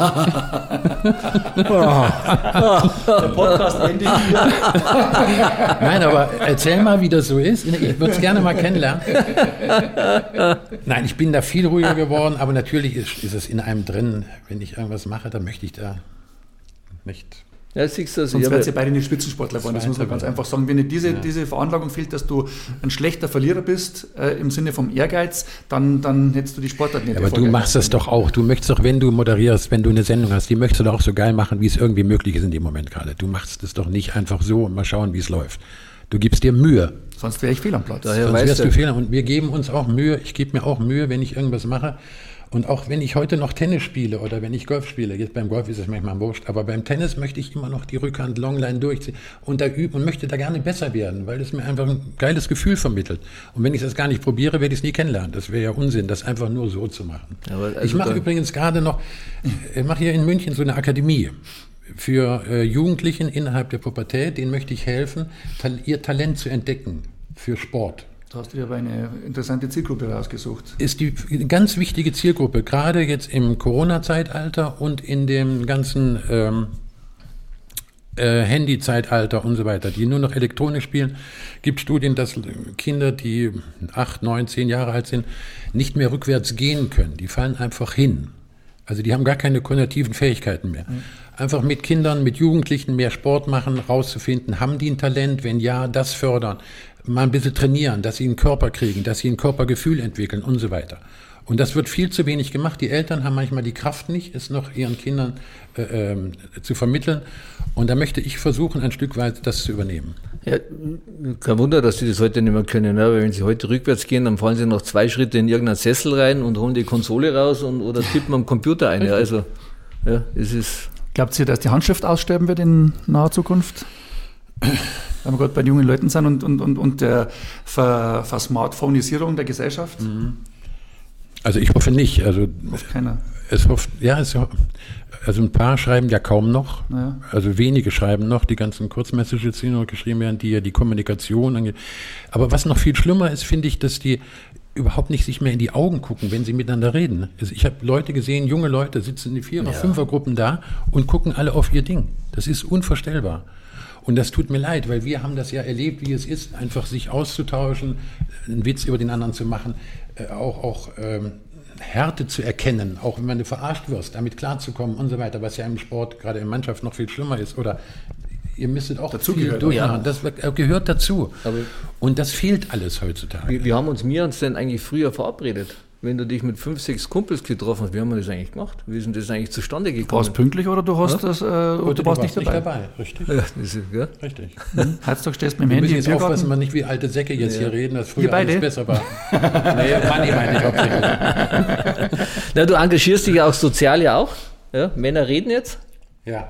S3: Podcast endet hier. Nein, aber erzähl mal, wie das so ist. Ich würde es gerne mal kennenlernen. Nein, ich bin da viel ruhiger geworden, aber natürlich ist es in einem drin. Wenn ich irgendwas mache, dann möchte ich da nicht.
S1: Ja, siehst du, also sonst wären ihr beide nicht Spitzensportler geworden, das muss man ganz einfach sagen. Wenn dir diese Veranlagung fehlt, dass du ein schlechter Verlierer bist, im Sinne vom Ehrgeiz, dann hättest du die Sportart nicht.
S3: Ja, aber du machst das doch auch. Du möchtest doch, wenn du moderierst, wenn du eine Sendung hast, die möchtest du doch auch so geil machen, wie es irgendwie möglich ist in dem Moment gerade. Du machst es doch nicht einfach so und mal schauen, wie es läuft. Du gibst dir Mühe.
S1: Sonst wäre ich fehl am Platz.
S3: Sonst wärst du fehl am Platz. Und wir geben uns auch Mühe. Ich gebe mir auch Mühe, wenn ich irgendwas mache. Und auch wenn ich heute noch Tennis spiele oder wenn ich Golf spiele, jetzt beim Golf ist es manchmal wurscht, aber beim Tennis möchte ich immer noch die Rückhand Longline durchziehen und da üben und möchte da gerne besser werden, weil es mir einfach ein geiles Gefühl vermittelt. Und wenn ich das gar nicht probiere, werde ich es nie kennenlernen. Das wäre ja Unsinn, das einfach nur so zu machen. Also ich mache übrigens gerade noch, ich mache hier in München so eine Akademie für Jugendlichen innerhalb der Pubertät, denen möchte ich helfen, ihr Talent zu entdecken für Sport.
S1: Da hast du dir aber eine interessante Zielgruppe rausgesucht.
S3: Ist die ganz wichtige Zielgruppe, gerade jetzt im Corona-Zeitalter und in dem ganzen Handy-Zeitalter und so weiter, die nur noch elektronisch spielen. Gibt Studien, dass Kinder, die 8, 9, 10 Jahre alt sind, nicht mehr rückwärts gehen können. Die fallen einfach hin. Also die haben gar keine kognitiven Fähigkeiten mehr. Einfach mit Kindern, mit Jugendlichen mehr Sport machen, rauszufinden, haben die ein Talent? Wenn ja, das fördern. Mal ein bisschen trainieren, dass sie einen Körper kriegen, dass sie ein Körpergefühl entwickeln und so weiter. Und das wird viel zu wenig gemacht. Die Eltern haben manchmal die Kraft nicht, es noch ihren Kindern zu vermitteln. Und da möchte ich versuchen, ein Stück weit das zu übernehmen.
S2: Ja, kein Wunder, dass sie das heute nicht mehr können. Ne? Weil wenn sie heute rückwärts gehen, dann fallen sie noch 2 Schritte in irgendeinen Sessel rein und holen die Konsole raus oder tippen am Computer ein. Ja, also, ja, es ist...
S1: Glaubt ihr, dass die Handschrift aussterben wird in naher Zukunft? Wenn wir gerade bei jungen Leuten sind und der Versmartphonisierung der Gesellschaft?
S3: Also ich hoffe nicht. Also
S1: Hofft keiner.
S3: Also ein paar schreiben ja kaum noch.
S1: Ja.
S3: Also wenige schreiben noch, die ganzen Kurzmessages, die noch geschrieben werden, die ja die Kommunikation angeht. Aber was noch viel schlimmer ist, finde ich, dass die überhaupt nicht sich mehr in die Augen gucken, wenn sie miteinander reden. Also ich habe Leute gesehen, junge Leute sitzen in 4- oder 5er-Gruppen da und gucken alle auf ihr Ding. Das ist unvorstellbar. Und das tut mir leid, weil wir haben das ja erlebt, wie es ist, einfach sich auszutauschen, einen Witz über den anderen zu machen, auch Härte zu erkennen, auch wenn du verarscht wirst, damit klarzukommen und so weiter, was ja im Sport, gerade in Mannschaft, noch viel schlimmer ist. Oder ihr müsstet auch
S1: dazu
S3: viel
S1: gehört,
S3: durchmachen.
S2: ja.
S3: Das gehört dazu.
S2: Aber
S3: und das fehlt alles heutzutage.
S2: wie haben uns denn eigentlich früher verabredet? Wenn du dich mit 5, 6 Kumpels getroffen hast, wie haben wir das eigentlich gemacht? Wie ist denn das eigentlich zustande
S1: Du
S2: gekommen?
S1: warst pünktlich oder du hast das,
S3: Oder
S1: du warst nicht dabei.
S3: Richtig.
S2: Ja, das ist, ja.
S3: Richtig.
S1: Heutzutage stehst du mit dem
S3: Wir
S1: Handy
S3: müssen
S1: im
S3: jetzt aufpassen,
S1: Biergarten.
S3: mal nicht wie alte Säcke jetzt hier reden, dass früher
S1: Wir beide?
S3: alles besser war. Nee, Manni meine ich hauptsächlich.
S2: Na, du engagierst dich ja auch sozial ja auch. Ja? Männer reden jetzt.
S3: Ja.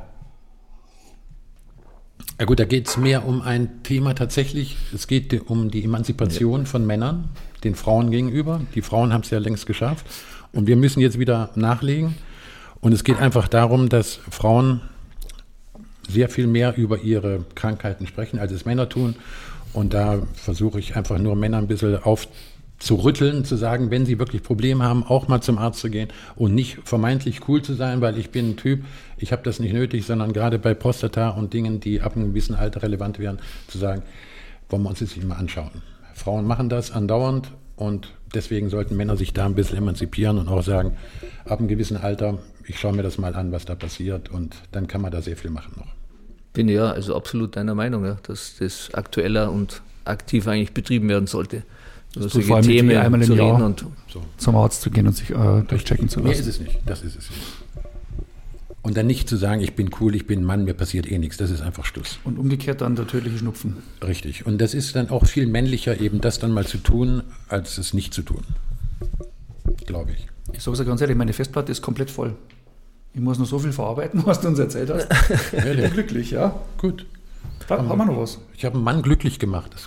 S3: Ja gut, da geht es mehr um ein Thema tatsächlich. Es geht um die Emanzipation von Männern, den Frauen gegenüber. Die Frauen haben es ja längst geschafft. Und wir müssen jetzt wieder nachlegen. Und es geht einfach darum, dass Frauen sehr viel mehr über ihre Krankheiten sprechen, als es Männer tun. Und da versuche ich einfach nur Männer ein bisschen aufzurütteln, zu sagen, wenn sie wirklich Probleme haben, auch mal zum Arzt zu gehen und nicht vermeintlich cool zu sein, weil ich bin ein Typ, ich habe das nicht nötig, sondern gerade bei Prostata und Dingen, die ab einem gewissen Alter relevant wären, zu sagen, wollen wir uns das nicht mal anschauen. Frauen machen das andauernd und deswegen sollten Männer sich da ein bisschen emanzipieren und auch sagen, ab einem gewissen Alter, ich schaue mir das mal an, was da passiert und dann kann man da sehr viel machen noch.
S2: Bin ja also absolut deiner Meinung, ja, dass das aktueller und aktiv eigentlich betrieben werden sollte. Über
S1: Du vor allem mit wie einmal im
S2: zu
S1: Jahr
S2: reden und
S3: So.
S1: zum Arzt zu gehen und sich durchchecken zu
S3: Mehr
S1: lassen.
S3: ist es nicht, das ist es nicht. Und dann nicht zu sagen, ich bin cool, ich bin ein Mann, mir passiert eh nichts, das ist einfach Stuss.
S1: Und umgekehrt dann der tödliche Schnupfen.
S3: Richtig. Und das ist dann auch viel männlicher, eben das dann mal zu tun, als es nicht zu tun. Glaube ich.
S1: Ich sage es ja ganz ehrlich, meine Festplatte ist komplett voll. Ich muss noch so viel verarbeiten, was du uns erzählt hast. Ich bin glücklich, ja.
S3: Gut.
S1: Haben wir noch was?
S3: Ich habe einen Mann glücklich gemacht. Das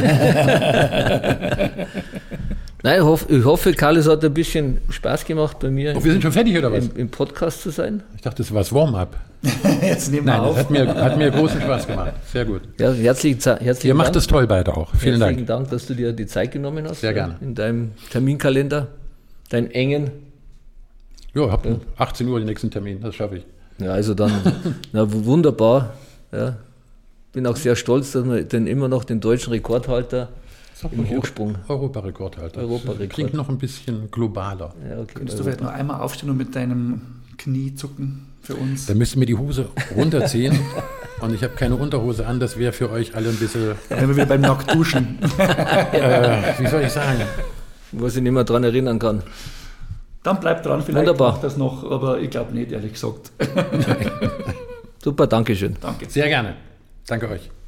S2: Nein, ich hoffe, Karl, es hat ein bisschen Spaß gemacht bei mir
S3: wir sind schon fertig, oder was?
S2: im Podcast zu sein.
S3: Ich dachte, das war das Warm-up.
S1: Jetzt nehmen wir
S3: Nein, das
S1: auf.
S3: hat mir großen Spaß gemacht. Sehr gut.
S2: Ja, herzlichen
S3: Ihr
S2: Dank.
S3: macht es toll beide auch. Vielen
S2: Herzlichen
S3: Dank.
S2: Dank, dass du dir die Zeit genommen hast.
S3: Sehr gerne.
S2: In deinem Terminkalender, deinen engen.
S3: Ja, habt 18 Uhr den nächsten Termin, das schaffe ich.
S2: Ja, also dann, na, wunderbar. Ja. Bin auch sehr stolz, dass wir denn immer noch den deutschen Rekordhalter im Hochsprung.
S3: Europarekordhalter.
S2: Europarekord.
S3: Klingt noch ein bisschen globaler.
S2: Ja, okay.
S1: Könntest du vielleicht noch einmal aufstehen und mit deinem Knie zucken für uns?
S3: Dann müsst ihr mir die Hose runterziehen und ich habe keine Unterhose an, das wäre für euch alle ein bisschen,
S1: Wenn wir wieder beim Nackt duschen.
S3: wie soll ich sagen?
S2: Wo ich nicht mehr dran erinnern kann.
S1: Dann bleibt dran, vielleicht
S2: Wunderbar.
S1: macht das noch, aber ich glaube nicht, ehrlich gesagt.
S2: Super, Dankeschön.
S1: Danke.
S3: Sehr gerne. Danke euch.